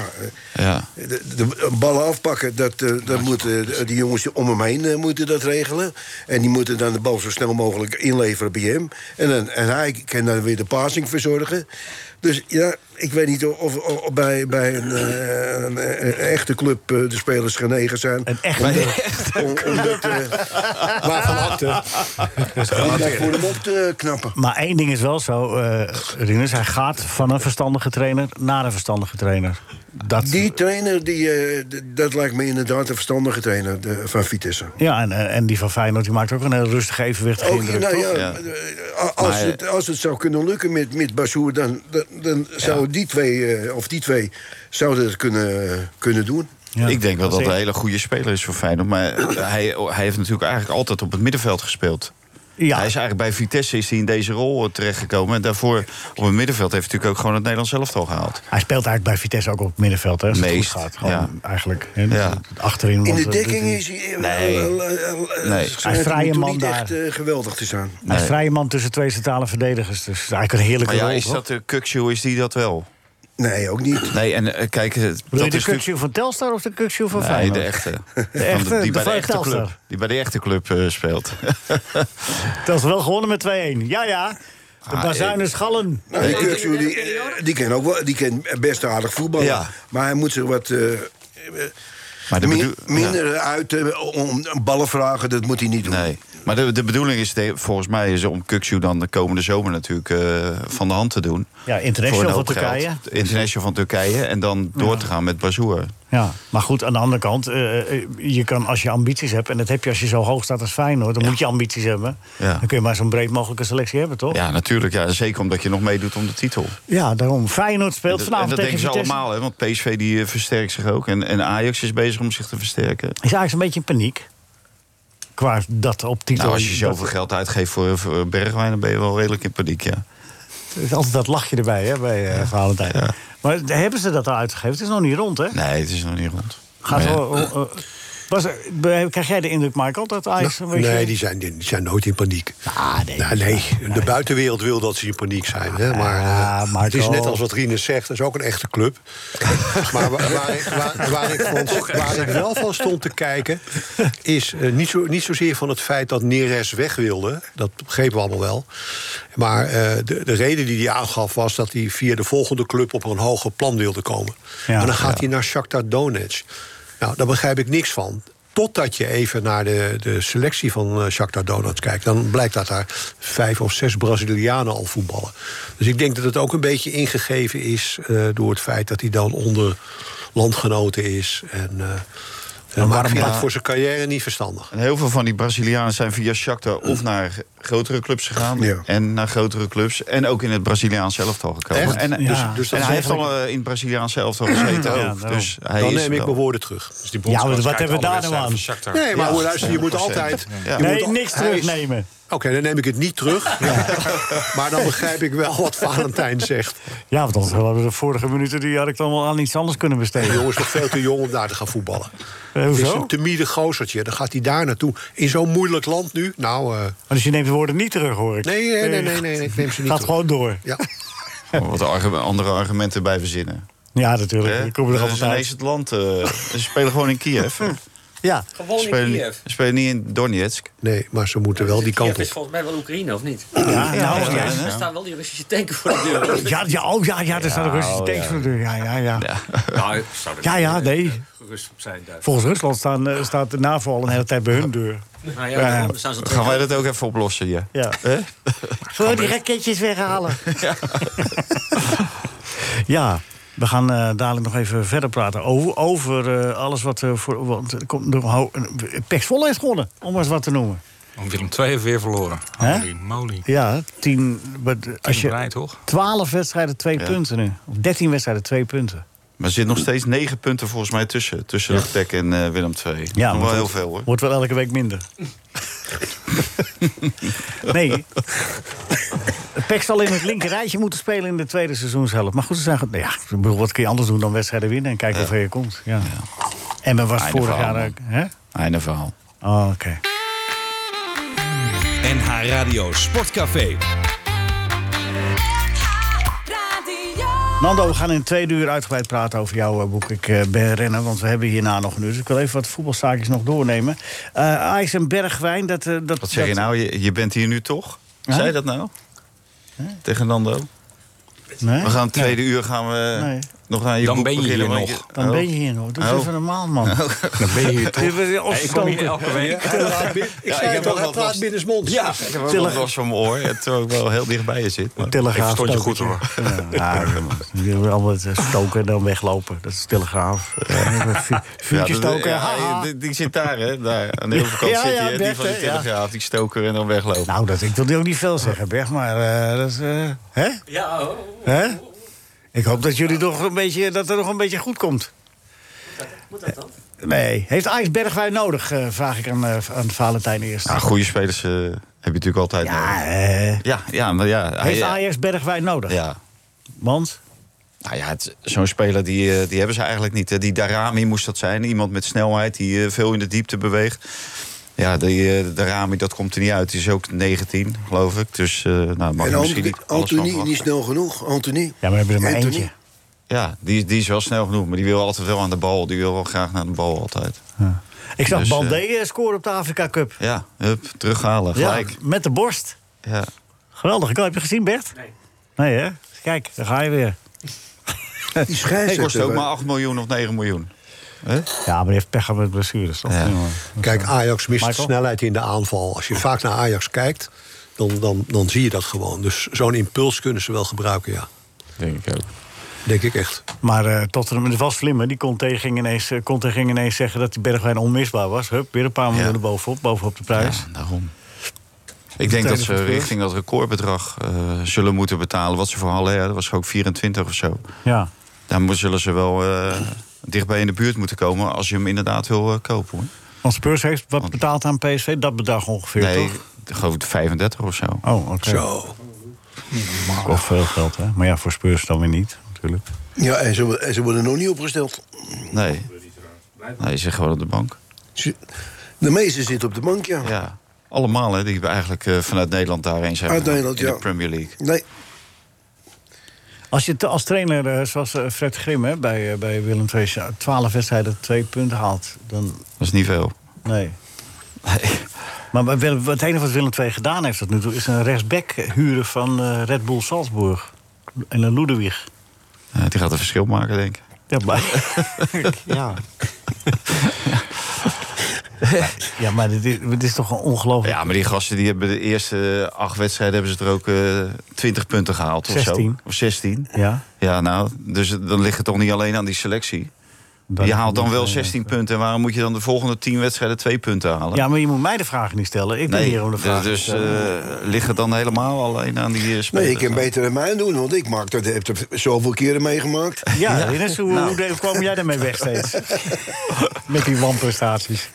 de ballen afpakken. Dat moeten die jongens om hem heen moeten dat regelen. En die moeten dan de bal zo snel mogelijk inleveren bij hem. En hij kan dan weer de passing verzorgen. Dus ja, ik weet niet of bij een echte club de spelers genegen zijn. Een echte waarvan acte. Voor hem op te knappen. Maar één ding is wel zo, Rinus. Hij gaat van een verstandige trainer naar een verstandige trainer. Die trainer, dat lijkt me inderdaad een verstandige trainer van Vitesse. Ja, en die van Feyenoord die maakt ook een heel rustig evenwichtige indruk, toch? Ja. Als het zou kunnen lukken met Bazoer, dan zouden die twee zouden het kunnen doen. Ja, ik denk wel dat hij een hele goede speler is voor Feyenoord. Maar hij heeft natuurlijk eigenlijk altijd op het middenveld gespeeld. Ja. Hij is eigenlijk bij Vitesse is hij in deze rol terechtgekomen. En daarvoor op het middenveld heeft hij natuurlijk ook gewoon het Nederlands elftal gehaald. Hij speelt eigenlijk bij Vitesse ook op het middenveld, hè? Als het goed gaat. Gewoon eigenlijk. Achterin. In de dekking is hij... Hij is vrije man niet daar. Echt geweldig te zijn. Hij is vrije man tussen 2 centrale verdedigers. Dus eigenlijk een heerlijke rol. Maar is dat de Kukçu, is die dat wel? Nee, ook niet. Nee, en kijk... Bedoel je de Kukçu van Telstar of de Kukçu van Feyenoord? Nee, de echte. Die bij de echte club speelt. Telstar wel gewonnen met 2-1. Ja. De bazuinen schallen. Nou, die kan ook wel, die kan best aardig voetballen. Ja. Maar hij moet zich wat... minder uit om ballen vragen, dat moet hij niet doen. Nee. Maar de bedoeling is volgens mij is om Kukçu dan de komende zomer natuurlijk van de hand te doen. Ja, international van Turkije. International van Turkije en dan door te gaan met Bazoer. Ja, maar goed, aan de andere kant, je kan als je ambities hebt... en dat heb je als je zo hoog staat als Feyenoord... dan moet je ambities hebben. Ja. Dan kun je maar zo'n breed mogelijke selectie hebben, toch? Ja, natuurlijk. Ja, zeker omdat je nog meedoet om de titel. Ja, daarom. Feyenoord speelt vanavond tegen Vitesse. En dat denken ze allemaal, hè, want PSV die versterkt zich ook. En Ajax is bezig om zich te versterken. Is Ajax een beetje in paniek? Qua dat op titel... Nou, als je zoveel geld uitgeeft voor Bergwijn... dan ben je wel redelijk in paniek, ja. Er is altijd dat lachje erbij, hè, bij Valentijn. Ja. Maar hebben ze dat al uitgegeven? Het is nog niet rond, hè? Nee, het is nog niet rond. Krijg jij de indruk, Michael, dat Ajax... Nee, die zijn nooit in paniek. Nee, de buitenwereld wil dat ze in paniek zijn. Hè? Maar het is net als wat Rinus zegt, dat is ook een echte club. Maar waar ik wel van stond te kijken... is niet zozeer van het feit dat Neres weg wilde. Dat begrepen we allemaal wel. Maar de reden die hij aangaf was dat hij via de volgende club... op een hoger plan wilde komen. En dan gaat hij naar Shakhtar Donetsk. Nou, daar begrijp ik niks van. Totdat je even naar de selectie van Shakhtar Donetsk kijkt... dan blijkt dat daar 5 of 6 Brazilianen al voetballen. Dus ik denk dat het ook een beetje ingegeven is... door het feit dat hij dan onder landgenoten is. En Maar ik vind het voor zijn carrière niet verstandig. En heel veel van die Brazilianen zijn via Shakhtar of naar grotere clubs gegaan. Ja. En naar grotere clubs. En ook in het Braziliaans elftal gekomen. Echt? En, Ja. Dus en hij heeft al in het Braziliaans elftal gezeten Ja, ook. daarom. Dus hij Dan is neem ik wel- mijn woorden terug. Dus die Ja, maar wat bondscoach hebben we kijkt daar alle nou wedstrijden aan? van Shakhtar. Nee, maar Ja, luister, je moet 100%. altijd... Ja. je Nee, moet- niks hij is- terugnemen. Oké, dan neem ik het niet terug. Maar dan begrijp ik wel wat Valentijn zegt. Ja, want anders hadden we de vorige minuten die had ik dan wel aan iets anders kunnen De besteden. jongen is nog veel te jong om daar te gaan voetballen. Het is Hoezo? een timide gozertje. Dan gaat hij daar naartoe. In zo'n moeilijk land nu. Nou, Dus je neemt de woorden niet terug, hoor ik. nee, ik neem ze niet Gaat terug. gewoon door. Ja. Wat andere argumenten bij verzinnen. Ja, natuurlijk. Hè? Dan komen er Dat is altijd ineens het land. Ze spelen gewoon in Kiev. Ja, Gewoon Ze spelen niet in Donetsk. Nee, maar ze moeten wel die kant Kiev is op. volgens mij wel Oekraïne, of niet? ja, Er staan wel die Russische tanken voor de deur. ja, daar staan de Russische tanks voor de deur. Ja. Nou, zou er Nee. gerust op zijn. Duitsland. Volgens Rusland staat de NAVO al een hele tijd bij hun deur. Nou ja, dan staan ze Gaan wij dat ook even oplossen, ja? Ja. Hè? Gewoon die raketjes weghalen. Ja, we gaan dadelijk nog even verder praten over alles wat voor. Want er komt PEC Zwolle heeft gewonnen, om eens wat te noemen. Willem II heeft weer verloren. Hè? Holy moly. Ja, 10. Als je Vrij, toch? 12 wedstrijden, 2 punten nu. Of 13 wedstrijden, 2 punten. Maar er zit nog steeds 9 punten volgens mij tussen de PEC en Willem II. Ja, nog maar wel heel dat veel, hoor. Wordt wel elke week minder. Nee. PEC zal in het linker rijtje moeten spelen in de tweede seizoenshelft. Maar goed, ze zijn goed. Nou ja, ik bedoel, wat kun je anders doen dan wedstrijden winnen en kijken hoe ver je komt. Ja. En men was Einde vorig verhaal, jaar. Hè? Einde verhaal. Oh, oké. NH Radio Sportcafé. Nando, we gaan in 2 uur uitgebreid praten over jouw boek Ik ben renner. Want we hebben hierna nog een uur. Dus ik wil even wat voetbalzaakjes nog doornemen. Ajax en Bergwijn. Wat zeg je nou? Je bent hier nu toch? Zei je dat nou? Tegen Nando? Nee? We gaan het tweede uur nog naar je Dan boek ben je beginnen. hier want nog. Dan ben je hier nog. Doe eens even normaal, man. Dan ben je hier toch? Ik kom hier elke week. Ik zei het al, hij praat binnensmonds. Ja, ik heb ook nog last van mijn oor. Terwijl ik wel heel dichtbij je zit. Maar Telegraaf. Ik verstond je goed, hoor. Ja, jullie willen allemaal stoken en dan weglopen. Dat is Telegraaf. Vuurtje stoken. haha. die zit daar, hè? Daar, aan de overkant Ja, zit ja, hij, hè, die Bert, van de hè, Telegraaf. Die stoker en dan weglopen. Nou, ik wil ook niet veel zeggen, Berg. Maar dat is... hè? Ja, Hè? Ik hoop dat jullie nog een beetje, dat er nog een beetje goed komt. moet dat dan? Nee. Heeft Ajax Bergwijn nodig, vraag ik aan Valentijn eerst. Nou, goede spelers heb je natuurlijk altijd nodig. Ja, maar ja. Heeft Ajax Bergwijn nodig? Ja. Want? Nou ja, zo'n speler die hebben ze eigenlijk niet. Hè. Die Darami moest dat zijn. Iemand met snelheid die veel in de diepte beweegt. Ja, de Darami, dat komt er niet uit. Die is ook 19, geloof ik. Dus nou, mag En je misschien niet alles van Anthony, verwachten. niet snel genoeg. Anthony. Ja, maar we hebben er maar Anthony. eentje. Ja, die is wel snel genoeg. Maar die wil altijd wel aan de bal. Die wil wel graag naar de bal altijd. Ja. Ik zag Dus, Bandé scoren op de Afrika Cup. Ja, hup, terughalen, gelijk. Ja, met de borst. Ja. Geweldig. Heb je gezien, Bert? Nee. Nee, hè? Kijk, daar ga je weer. Die Kost scheidsrechter. ook maar 8 miljoen of 9 miljoen. Ja, maar die heeft pech gehad met blessures. Toch? Ja. Kijk, Ajax mist Michael? snelheid in de aanval. Als je vaak naar Ajax kijkt, dan zie je dat gewoon. Dus zo'n impuls kunnen ze wel gebruiken, ja. Denk ik ook. Denk ik echt. Maar Tottenham, het was slimmer. Die kon tegen ineens zeggen dat die Bergwijn onmisbaar was. Hup, weer een paar miljoen bovenop de prijs. Ja, daarom. Ik denk dat ze richting dat recordbedrag zullen moeten betalen. Wat ze voor Haller, dat was ook 24 of zo. Ja. Daar zullen ze wel dichtbij in de buurt moeten komen als je hem inderdaad wil kopen. Hoor. Want Spurs heeft wat betaald aan PSV, dat bedrag ongeveer, Nee, toch? ik geloof 35 of zo. Oh, oké. Zo. Kost veel geld, hè? Maar ja, voor Spurs dan weer niet, natuurlijk. Ja, en ze worden nog niet opgesteld. Nee, je zit gewoon op de bank. De meeste zitten op de bank, ja. Ja, allemaal hè, die eigenlijk vanuit Nederland daarheen zijn. Uit Nederland, in ja. de Premier League. Nee. Als je als trainer, zoals Fred Grim hè, bij Willem II, 12 wedstrijden 2 punten haalt, dan... Dat is niet veel. Nee. Maar het enige wat Willem II gedaan heeft tot nu toe is een rechtsback huren van Red Bull Salzburg. En een Ludwig. Die gaat een verschil maken, denk ik. Ja, maar... ja. Ja, maar dit is toch een ongelooflijk... Ja, maar die gasten die hebben de eerste 8 wedstrijden hebben ze er ook 20 punten gehaald 16. of zo. Of 16. Ja. Ja, nou, dus dan ligt het toch niet alleen aan die selectie. Je haalt dan wel 16 punten. En waarom moet je dan de volgende 10 wedstrijden 2 punten halen? Ja, maar je moet mij de vragen niet stellen. Ik ben hier om de vragen dus te stellen. ligt het dan helemaal alleen aan die spelers? Nee, ik kan beter aan mij doen, want ik heb er zoveel keren meegemaakt. Ja, Rinus, hoe kwam jij daarmee weg steeds? Met die wanprestaties.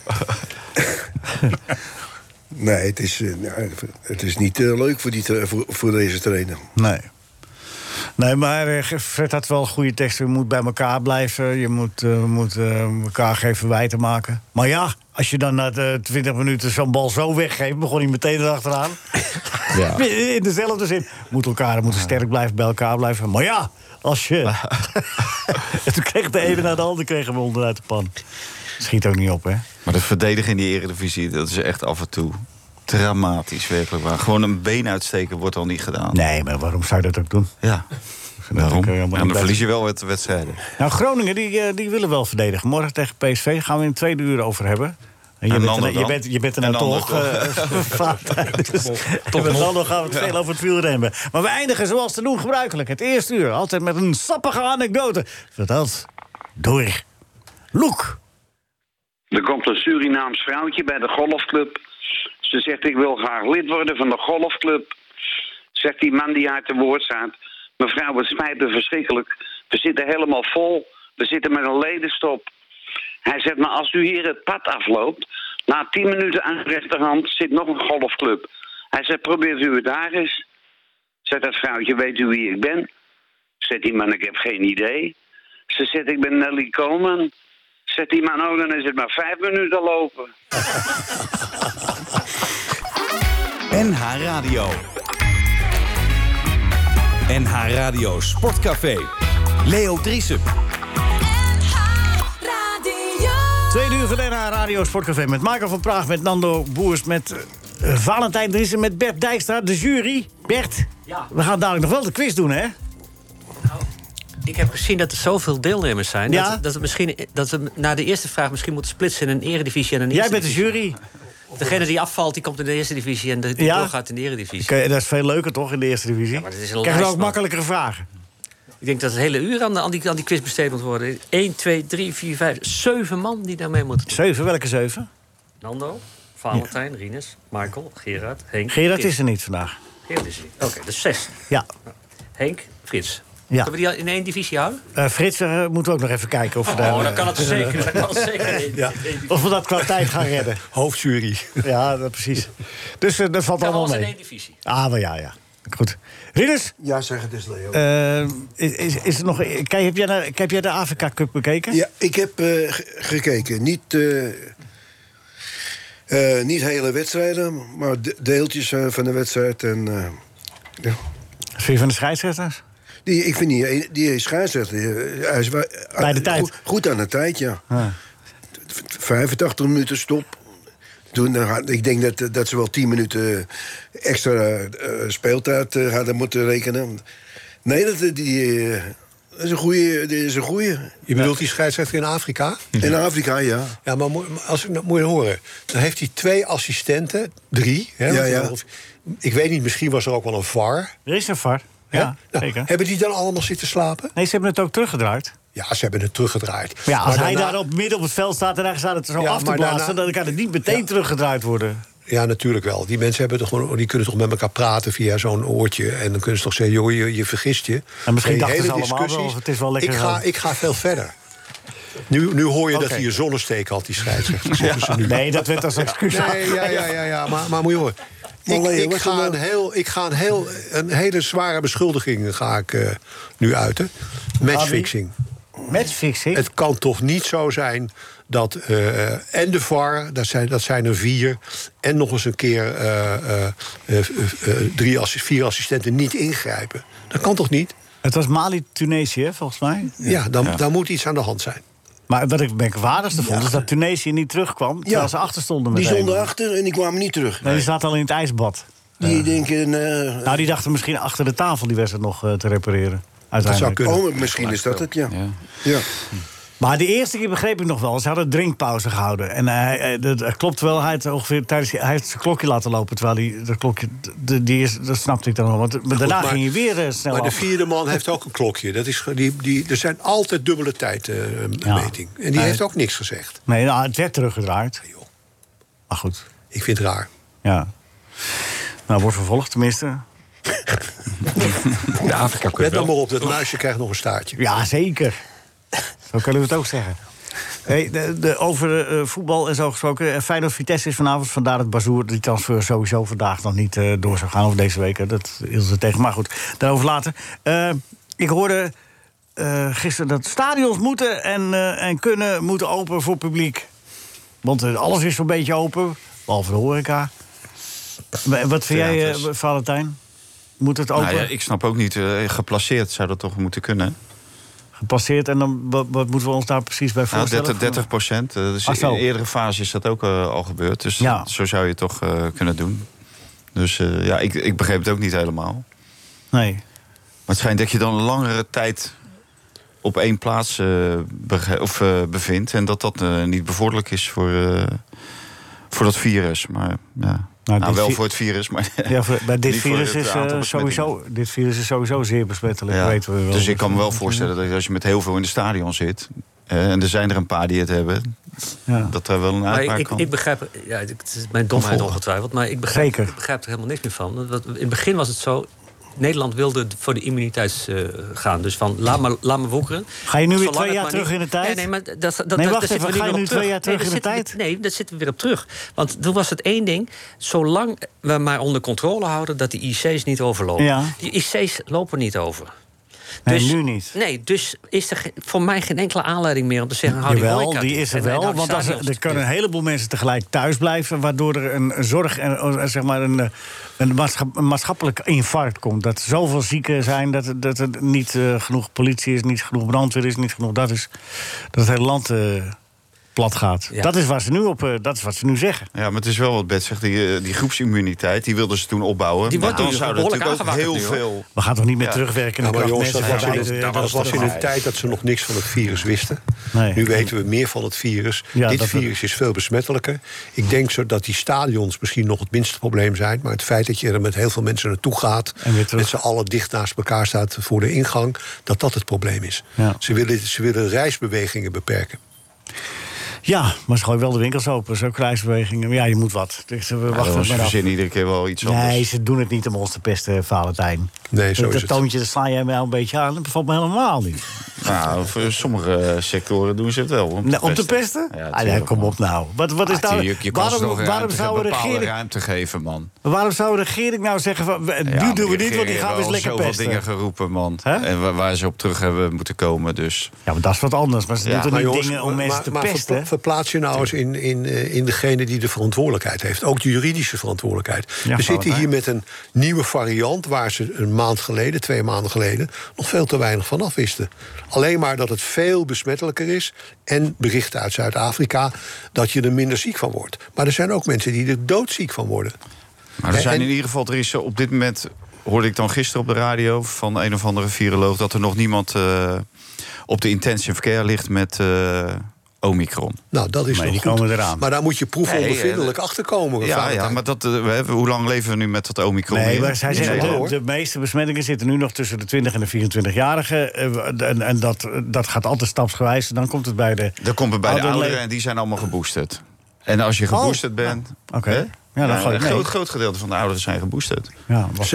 Nee, het is niet leuk voor deze trainer. Nee, maar Fred had wel goede teksten. Je moet bij elkaar blijven. Je moet elkaar geen verwijten maken. Maar ja, als je dan na de 20 minuten zo'n bal zo weggeeft... begon hij meteen erachteraan. Ja. In dezelfde zin. Moeten sterk blijven, bij elkaar blijven. Maar ja, als je... En toen kreeg de ene naar de andere kregen we onderuit de pan. Schiet ook niet op, hè? Maar de verdedigen in die Eredivisie, dat is echt af en toe dramatisch, werkelijk waar. Gewoon een been uitsteken wordt al niet gedaan. Nee, maar waarom zou je dat ook doen? Ja, daarom. En dan verlies je wel wedstrijden. Nou, Groningen, die willen wel verdedigen. Morgen tegen PSV gaan we in 2 uur over hebben. En je bent er nou toch. Met Nando gaan we het veel over het wielrennen hebben. Maar we eindigen zoals te doen gebruikelijk. Het eerste uur, altijd met een sappige anekdote. Verteld door Loek. Er komt een Surinaams vrouwtje bij de golfclub. Ze zegt, ik wil graag lid worden van de golfclub. Zegt die man die uit de woord staat. Mevrouw, het spijt me verschrikkelijk. We zitten helemaal vol. We zitten met een ledenstop. Hij zegt, maar als u hier het pad afloopt... na 10 minuten aan de rechterhand zit nog een golfclub. Hij zegt, probeert u het daar eens. Zegt dat vrouwtje, weet u wie ik ben? Zegt die man, ik heb geen idee. Ze zegt, ik ben Nelly Coleman. Zegt die man, oh, dan is het maar 5 minuten lopen. NH Radio. NH Radio Sportcafé. Leo Driessen. Tweede uur van NH Radio Sportcafé met Michael van Praag, met Nando Boers, met Valentijn Driessen, met Bert Dijkstra, de jury. Bert, we gaan dadelijk nog wel de quiz doen, hè? Ik heb gezien dat er zoveel deelnemers zijn... Ja? dat we na de eerste vraag misschien moeten splitsen in een eredivisie en een eerste divisie. Jij bent de jury. Degene die afvalt, die komt in de eerste divisie... en die doorgaat in de eredivisie. Dat is veel leuker, toch, in de eerste divisie? Ja, maar dat is een krijg je lijst, ook makkelijkere vragen. Ik denk dat het hele uur aan die quiz besteed moet worden. 1, 2, 3, 4, 5, 7 man die daarmee moeten. 7? Welke 7? Nando, Valentijn, Rinus, Michael, Gerard, Henk. Gerard is er niet vandaag. Gerard is er niet. Oké, dus 6. Ja. Henk, Frits. Ja. Kunnen we die in 1 divisie houden? Frits, moeten we ook nog even kijken of we daar... dan kan het zeker. Ja. Of we dat qua tijd gaan redden. Hoofdjury. Ja, precies. Dus dat valt allemaal mee. in 1 divisie. Ah, maar ja. Goed. Rinus? Ja, zeg het eens, Leo. Is er nog... Heb jij de Afrika Cup bekeken? Ja, ik heb gekeken. Niet hele wedstrijden, maar deeltjes van de wedstrijd. En, ja. Wat vind je van de scheidsrechters? Ik vind die scheidsrechter... Hij is bij de tijd. Goed aan de tijd, ja. 85 minuten stop. Ik denk dat ze wel 10 minuten extra speeltijd hadden moeten rekenen. Nee, dat is een goeie. Je bedoelt die scheidsrechter in Afrika? In Afrika, ja. Ja, maar moet je horen. Dan heeft hij 2 assistenten, 3. Hè, ja. Ik weet niet, misschien was er ook wel een VAR. Er is een VAR. Ja, zeker. Hebben die dan allemaal zitten slapen? Nee, ze hebben het ook teruggedraaid. Ja, ze hebben het teruggedraaid. Maar ja, als hij daar op midden op het veld staat en daar staat het zo af te blazen... dan kan het niet meteen teruggedraaid worden. Ja, natuurlijk wel. Die mensen die kunnen toch met elkaar praten via zo'n oortje. En dan kunnen ze toch zeggen, joh, je vergist je. En misschien dachten ze allemaal wel, het is wel lekker... Ik ga veel verder. Nu hoor je dat hij een zonnesteek had, die scheidsrechter. Ja. Nee, dat werd als excuus. Nee, ja. Maar moet je horen. Ik ga een hele zware beschuldiging nu uiten. Matchfixing. Matchfixing? Het kan toch niet zo zijn dat en de VAR, dat zijn er 4... en nog eens een keer 4 assistenten niet ingrijpen. Dat kan toch niet? Het was Mali-Tunesië, volgens mij. Ja, dan moet iets aan de hand zijn. Maar wat ik merkwaardigste vond, is dat Tunesië niet terugkwam... terwijl ze achter stonden meteen. Die stonden achter en die kwamen niet terug. Nee, die zaten al in het ijsbad. Die denken... die dachten misschien achter de tafel die wedstrijd nog te repareren. Dat zou kunnen. Oh, misschien is dat het, ja. Maar de eerste keer begreep ik nog wel. Ze hadden drinkpauze gehouden. En dat klopt wel. Hij heeft ongeveer hij heeft zijn klokje laten lopen. Terwijl hij dat klokje... dat snapte ik dan wel. Want daarna ging hij weer snel maar af. de vierde man heeft ook een klokje. Dat is, er zijn altijd dubbele tijdmeting. En die heeft ook niks gezegd. Nee, nou, het werd teruggedraaid. Ja, joh. Maar goed. Ik vind het raar. Ja. Nou, wordt vervolgd tenminste. De Afrika Cup Let wel. dan maar op, dat muisje krijgt nog een staartje. Ja, zeker. Zo kunnen we het ook zeggen. Hey, over voetbal en zo gesproken. Feyenoord-Vitesse is vanavond. Vandaar dat Bazoer die transfer sowieso vandaag nog niet door zou gaan. Of deze week. Dat hielden ze tegen. Maar goed, daarover later. Ik hoorde gisteren dat stadions moeten en moeten open voor publiek. Want alles is zo'n beetje open. Behalve de horeca. Wat vind jij, Valentijn? Moet het open? Nou ja, ik snap ook niet. Geplaceerd zou dat toch moeten kunnen? Gepasseerd en dan wat moeten we ons daar precies bij voorstellen? 30%. Dus in eerdere fase is dat ook al gebeurd. Dus zo zou je het toch kunnen doen. Dus ik begreep het ook niet helemaal. Nee. Maar het schijnt dat je dan een langere tijd op één plaats bevindt. En dat niet bevorderlijk is voor dat virus. Maar ja. Nou, wel voor het virus, maar ja, bij dit virus is sowieso zeer besmettelijk. Ja, weten we wel. Dus ik kan me wel voorstellen dat als je met heel veel in de stadion zit en er zijn er een paar die het hebben, dat er wel een uitbraak kan. Ik begrijp, het is mijn domheid ongetwijfeld, maar ik begrijp er helemaal niks meer van. In het begin was het zo. Nederland wilde voor de immuniteit gaan. Dus van, laat me woekeren. Ga je nu weer 2 jaar terug in de tijd? Nee, maar wacht even, ga je nu 2 jaar terug in de tijd? Nee, daar zitten we weer op terug. Want toen was het één ding. Zolang we maar onder controle houden dat die IC's niet overlopen. Ja. Die IC's lopen niet over. Nee, dus, nu niet. Nee, dus is er voor mij geen enkele aanleiding meer om te zeggen... hou die horeca die is er wel, want er kunnen een heleboel mensen tegelijk thuis blijven... waardoor er een zorg en zeg maar een maatschappelijk infarct komt. Dat zoveel zieken zijn, dat er niet genoeg politie is... niet genoeg brandweer is, niet genoeg dat is. Dat het hele land plat gaat. Ja. Dat is wat ze nu zeggen. Ja, maar het is wel wat Bert zegt. Die groepsimmuniteit, die wilden ze toen opbouwen. Die wordt dan zouden natuurlijk ook heel veel... We gaan toch niet meer terugwerken naar maar jongens, dat was in een tijd dat ze nog niks van het virus wisten. Nee. Nu weten we meer van het virus. Ja, dit virus is veel besmettelijker. Ik denk zo dat die stadions misschien nog het minste probleem zijn. Maar het feit dat je er met heel veel mensen naartoe gaat... met z'n allen dicht naast elkaar staat voor de ingang... dat het probleem is. Ja. Ze willen reisbewegingen beperken. Ja, maar ze gooien wel de winkels open. Zo reisbewegingen. Ja, je moet wat. Dus we wachten ze verzinnen iedere keer wel iets anders. Nee, ze doen het niet om ons te pesten, Valentijn. Nee, zo is het. Dat toontje, dat sla jij mij een beetje aan. Dat bevalt me helemaal niet. Nou, voor sommige sectoren doen ze het wel. Om te pesten? Ja, kom op nou. Wat is nou... Je kan ze toch een bepaalde ruimte geven, man. Waarom zou de regering nou zeggen... van, nu doen we niet, want die gaan we eens lekker pesten. zoveel dingen geroepen, man. En waar ze op terug hebben moeten komen, dus... Ja, maar dat is wat anders. Maar ze doen toch niet dingen om mensen te pesten? Verplaats je nou eens in degene die de verantwoordelijkheid heeft. Ook de juridische verantwoordelijkheid. Ja, we zitten hier met een nieuwe variant... waar ze een maand geleden, 2 maanden geleden... nog veel te weinig van af wisten. Alleen maar dat het veel besmettelijker is... en berichten uit Zuid-Afrika dat je er minder ziek van wordt. Maar er zijn ook mensen die er doodziek van worden. Maar er zijn in ieder geval... Er is op dit moment, hoorde ik dan gisteren op de radio... van een of andere viroloog... dat er nog niemand op de intensive care ligt met... Omicron. Nou, dat is die goed. komen eraan. Maar daar moet je proefondervindelijk achterkomen. Ja, maar hoe lang leven we nu met dat Omicron? Nee, maar zij zeggen, de meeste besmettingen zitten nu nog tussen de 20 en de 24-jarigen. En dat gaat altijd stapsgewijs. Dan komt het bij de... Dan komt het bij de ouderen en die zijn allemaal geboosterd. En als je geboosterd bent... Oké. Ja, dan een groot gedeelte van de ouderen zijn geboosterd. Ja, 90%.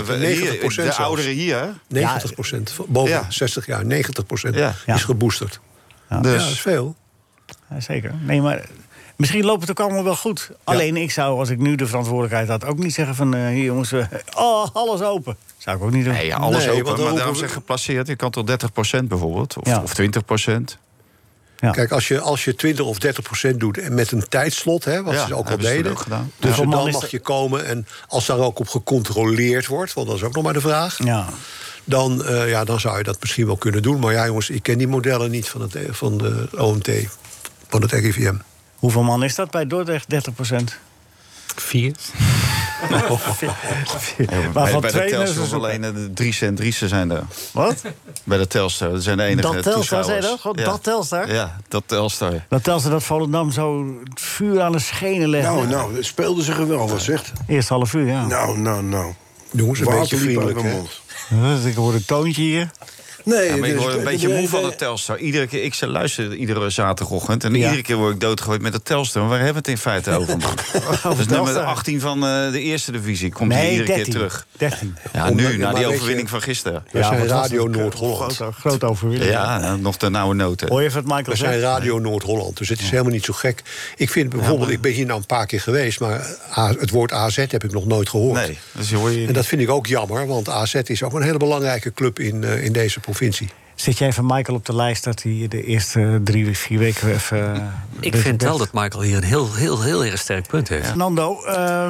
De ouderen hier... 90%. Boven 60 jaar, 90% is geboosterd. Ja. Dus. Ja, dat is veel. Ja, zeker. Nee, maar misschien loopt het ook allemaal wel goed. Alleen ik zou, als ik nu de verantwoordelijkheid had... ook niet zeggen van, hier jongens, alles open. Zou ik ook niet doen. Nee, alles open, maar daarom zeg geplaceerd. Je kan tot 30% bijvoorbeeld, of 20%. Ja. Kijk, als je 20 of 30% doet en met een tijdslot, wat ze ook al deden... Dus dan mag je komen en als daar ook op gecontroleerd wordt... want dat is ook nog maar de vraag... Ja. Dan zou je dat misschien wel kunnen doen. Maar ja, jongens, ik ken die modellen niet van de OMT, van het RIVM. Hoeveel man is dat bij Dordrecht, 30%? 4. Bij de Telstar alleen de Dries en Driessen zijn er. Wat? Bij de Telstar, dat zijn de enige Dat Telstar, toeschouwers. zei je dat? Gewoon dat Telstar? Ja, dat Telstar. Dat Telstar dat Volendam zo het vuur aan de schenen legde. Nou, dat speelden ze geweldig, zegt. Eerst half uur, ja. Nou. Jongens, een Water beetje liep uit vriendelijk, mijn hè? mond. Ik hoor een toontje hier. Nee, Ja, maar ik dus- word een beetje moe van de Telstar. Iedere keer, ik luister iedere zaterdagochtend. En iedere keer word ik doodgegooid met de Telstar. Maar waar hebben we het in feite over, man? Dat is nummer 18 van de eerste divisie. Komt hij iedere 13. keer terug. 13. Ja, nu, na die overwinning van gisteren. We zijn wat was Radio het? Noord-Holland. Grote overwinning. Ja, nog de nauwe noten. Hoor je even wat Michael We zijn zegt? Radio Noord-Holland, dus het is helemaal niet zo gek. Ik vind bijvoorbeeld, ik ben hier nou een paar keer geweest... maar het woord AZ heb ik nog nooit gehoord. Nee, dus hoor je... En dat vind ik ook jammer, want AZ is ook een hele belangrijke club in deze provincie. Zit jij van Michael op de lijst dat hij de eerste 3-4 weken even... Ik vind wel dat Michael hier een heel erg sterk punt heeft. Nando,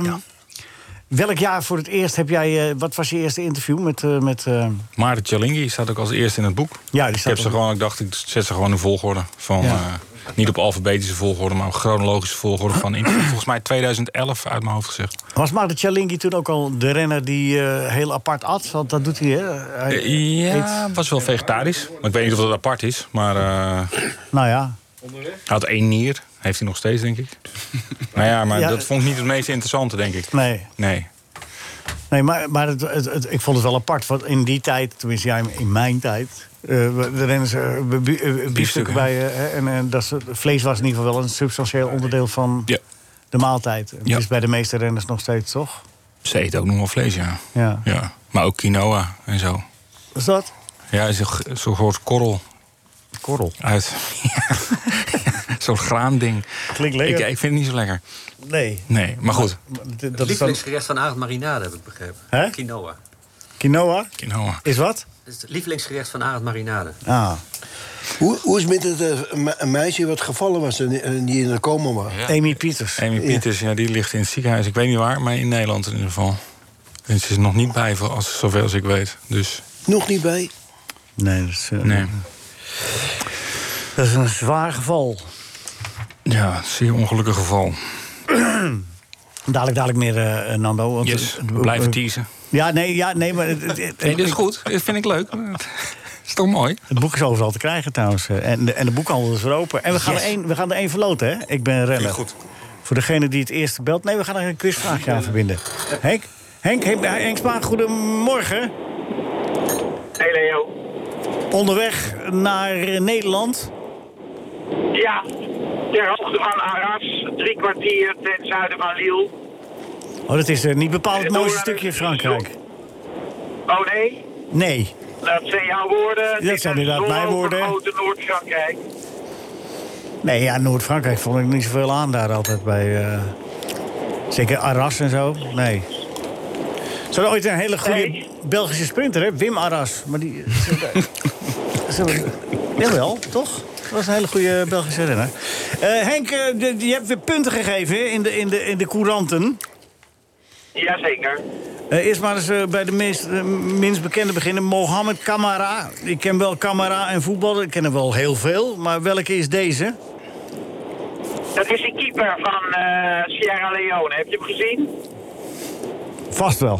welk jaar voor het eerst heb jij... wat was je eerste interview met Maarten Tjallingi staat ook als eerste in het boek. Ja, die Ik staat heb ze gewoon, ik dacht, ik zet ze gewoon in volgorde. Van, niet op alfabetische volgorde, maar op chronologische volgorde van interview. Volgens mij 2011 uit mijn hoofd gezegd. Was Maarten Tjallingi toen ook al de renner die heel apart at? Want dat doet hij, hè? Hij Ja, was wel vegetarisch. Maar ik weet niet of dat apart is. Maar nou ja. hij had 1 nier. Heeft hij nog steeds, denk ik. Nou ja, maar dat vond ik niet het meest interessante, denk ik. Nee, maar ik vond het wel apart. Want in die tijd, tenminste ja, in mijn tijd... de renners biefstukken bij... en vlees was in ieder geval wel een substantieel onderdeel van de maaltijd. Het is bij de meeste renners nog steeds, toch? Ze eten ook nog wel vlees, ja. Maar ook quinoa en zo. Wat is dat? Ja, is een soort korrel. Korrel? Uit. Zo'n graanding. Klinkt lekker. Ik vind het niet zo lekker. Nee, maar goed. Het lievelingsgerecht van Arend Marinade, heb ik begrepen. Hè? Quinoa. Quinoa? Is wat? Het is het lievelingsgerecht van Arend Marinade. Ah. Hoe is het met het meisje wat gevallen was en die in de coma was? Ja. Amy Pieters. Amy Pieters, die ligt in het ziekenhuis. Ik weet niet waar, maar in Nederland in ieder geval. En ze is nog niet bij, zoveel als ik weet. Dus... Nog niet bij? Nee, dat is... nee. Dat is een zwaar geval. Ja, een zeer ongelukkig geval. Dadelijk meer, Nando. Want Yes, we blijven teasen. Ja, nee, maar... dit is goed. Dit vind ik leuk. Dat is toch mooi? Het boek is overal te krijgen trouwens. En de boekhandel is weer open. En we gaan er één verloten, hè? Ik ben renner. Goed. Voor degene die het eerste belt. Nee, we gaan er een quizvraagje aan verbinden. Henk Spaan, goedemorgen. Hey Leo. Onderweg naar Nederland. Ja, ter hoogte van Arras, 3 kwartier ten zuiden van Lille. Oh, dat is niet bepaald het mooiste stukje Frankrijk. Oh nee? Nee. Dat zijn jouw woorden. Dat zijn inderdaad mijn woorden. Grote Noord-Frankrijk. Nee, ja, Noord-Frankrijk vond ik niet zoveel aan daar altijd bij. Zeker Arras en zo. Nee. Ze hadden ooit een hele goede Belgische sprinter, hè? Wim Arras. Maar die... Jawel, toch? Dat was een hele goede Belgische renner. Henk, je hebt weer punten gegeven in de couranten. Jazeker. Eerst maar eens bij de minst bekende beginnen. Mohamed Camara. Ik ken wel Camara en voetbal. Ik ken er wel heel veel. Maar welke is deze? Dat is de keeper van Sierra Leone. Heb je hem gezien? Vast wel.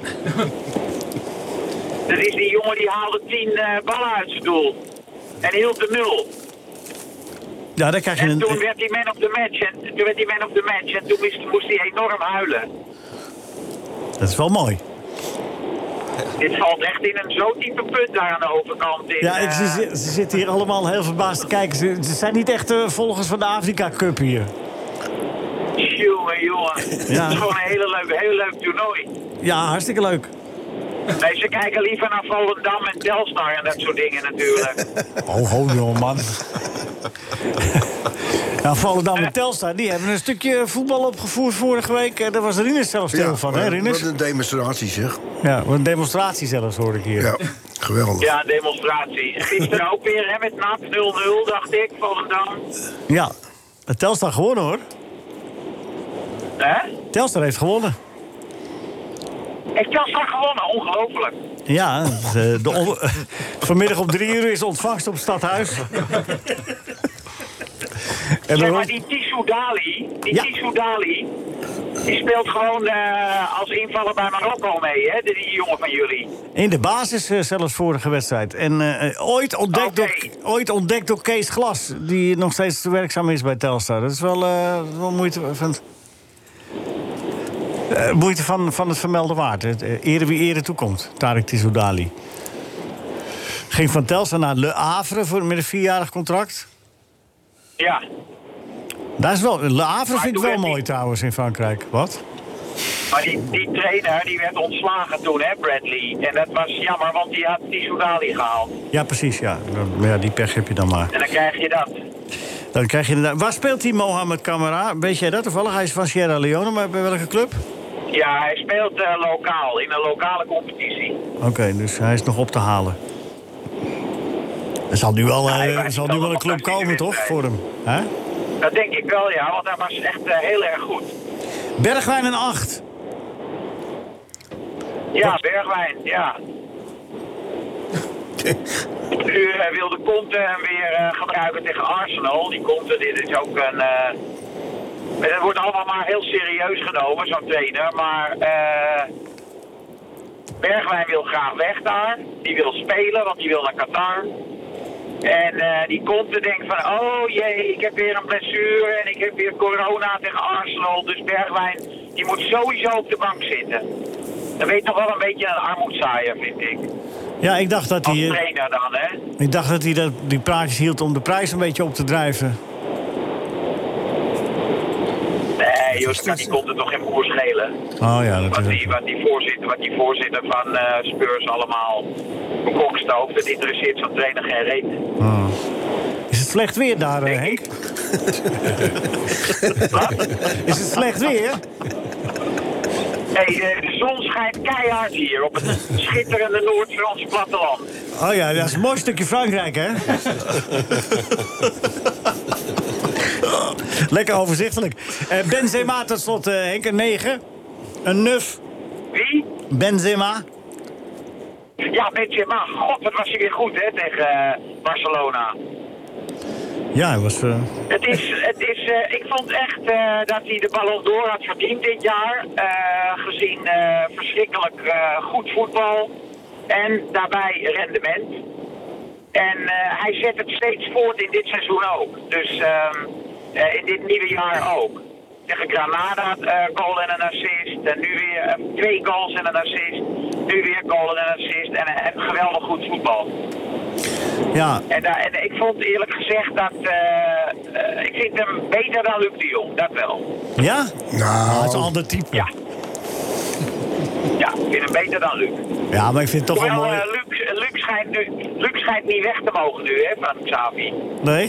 Dat is die jongen die haalde 10 ballen uit zijn doel. En hield de 0. Ja, daar krijg je en toen werd hij man of the match. En toen moest hij enorm huilen. Dat is wel mooi. Dit valt echt in een zo diepe punt daar aan de overkant. Ze zitten hier allemaal heel verbaasd te kijken. Ze zijn niet echt volgers van de Afrika Cup hier. Jongen. Ja. Het is gewoon een heel leuk toernooi. Ja, hartstikke leuk. Nee, ze kijken liever naar Volendam en Telstar en dat soort dingen natuurlijk. Ho, jongeman. Nou, Volendam en Telstar, die hebben een stukje voetbal opgevoerd vorige week. Daar was Rinus zelfs stil van, hè, Rinus? Wat een demonstratie, zeg. Ja, wat een demonstratie zelfs, hoorde ik hier. Ja, geweldig. Ja, demonstratie. Gisteren ook weer, hè, met NAC 0-0, dacht ik, Volendam. Ja, Telstar gewonnen, hoor. Hè? Telstar heeft gewonnen. Heeft Telstar gewonnen? Ongelooflijk. Ja, vanmiddag om 3 uur is ontvangst op het stadhuis. Zeg maar, die Tissou Dali, Die speelt gewoon als invaller bij Marokko mee, hè? Die jongen van jullie. In de basis zelfs vorige wedstrijd. En ooit ontdekt door Kees Glas, die nog steeds werkzaam is bij Telstar. Dat is wel moeite van het vermelden waard. Ere wie ere toekomt, Tarek Tissoudali. Ging van Telstar naar Le Havre met een 4-jarig contract. Ja. Daar is wel, Le Havre vind ik wel mooi trouwens in Frankrijk. Wat? Maar die trainer die werd ontslagen toen, hè, Bradley. En dat was jammer, want die had Tissoudali gehaald. Ja, precies, ja. Ja, die pech heb je dan maar. En dan krijg je dat. Dan krijg je inderdaad. Waar speelt die Mohamed Camara? Weet jij dat toevallig? Hij is van Sierra Leone, maar bij welke club? Ja, hij speelt lokaal, in een lokale competitie. Oké, dus hij is nog op te halen. Er zal nu wel, een club komen, toch, voor hem? Hè? Dat denk ik wel, ja, want hij was echt heel erg goed. Bergwijn een 8. Ja, Bergwijn, ja. Nu wil de Conte hem weer gebruiken tegen Arsenal. Die Conte, dit is ook een... het wordt allemaal maar heel serieus genomen, zo'n trainer. Maar Bergwijn wil graag weg daar. Die wil spelen, want die wil naar Qatar. En die Conte denkt van, oh jee, ik heb weer een blessure en ik heb weer corona tegen Arsenal. Dus Bergwijn, die moet sowieso op de bank zitten. Dat weet toch wel een beetje een armoedzaaier, vind ik. Ja, ik dacht dat hij... Als trainer dan, hè? Ik dacht dat hij die praatjes hield om de prijs een beetje op te drijven. Nee, joh, dat kan die Conte toch geen moer schelen. Oh ja, dat is wat die voorzitter van Spurs allemaal bekokstooft, dat interesseert zo'n trainer geen reet. Oh. Is het slecht weer daar, Henk? Wat? Is het slecht weer? Hey, de zon schijnt keihard hier op het schitterende Noord-Frans platteland. Oh ja, dat is een mooi stukje Frankrijk, hè? Lekker overzichtelijk. Benzema tot slot, Henk, een 9. Een nuf. Wie? Benzema. Ja, Benzema. God, wat was hij weer goed, hè, tegen Barcelona. Ja, hij was... Ik vond echt dat hij de Ballon d'Or had verdiend dit jaar. Gezien verschrikkelijk goed voetbal. En daarbij rendement. En hij zet het steeds voort in dit seizoen ook. Dus in dit nieuwe jaar ook. Tegen Granada goal en een assist. En nu weer 2 goals en een assist. Nu weer goal en een assist. En geweldig goed voetbal. Ja. En ik vond eerlijk gezegd dat... ik vind hem beter dan Luc de Jong, dat wel. Ja? Nou, dat is een ander type. Ja. Ja, ik vind hem beter dan Luc. Ja, maar ik vind het toch wel mooi... Luc schijnt niet weg te mogen nu, hè, van Xavi. Nee?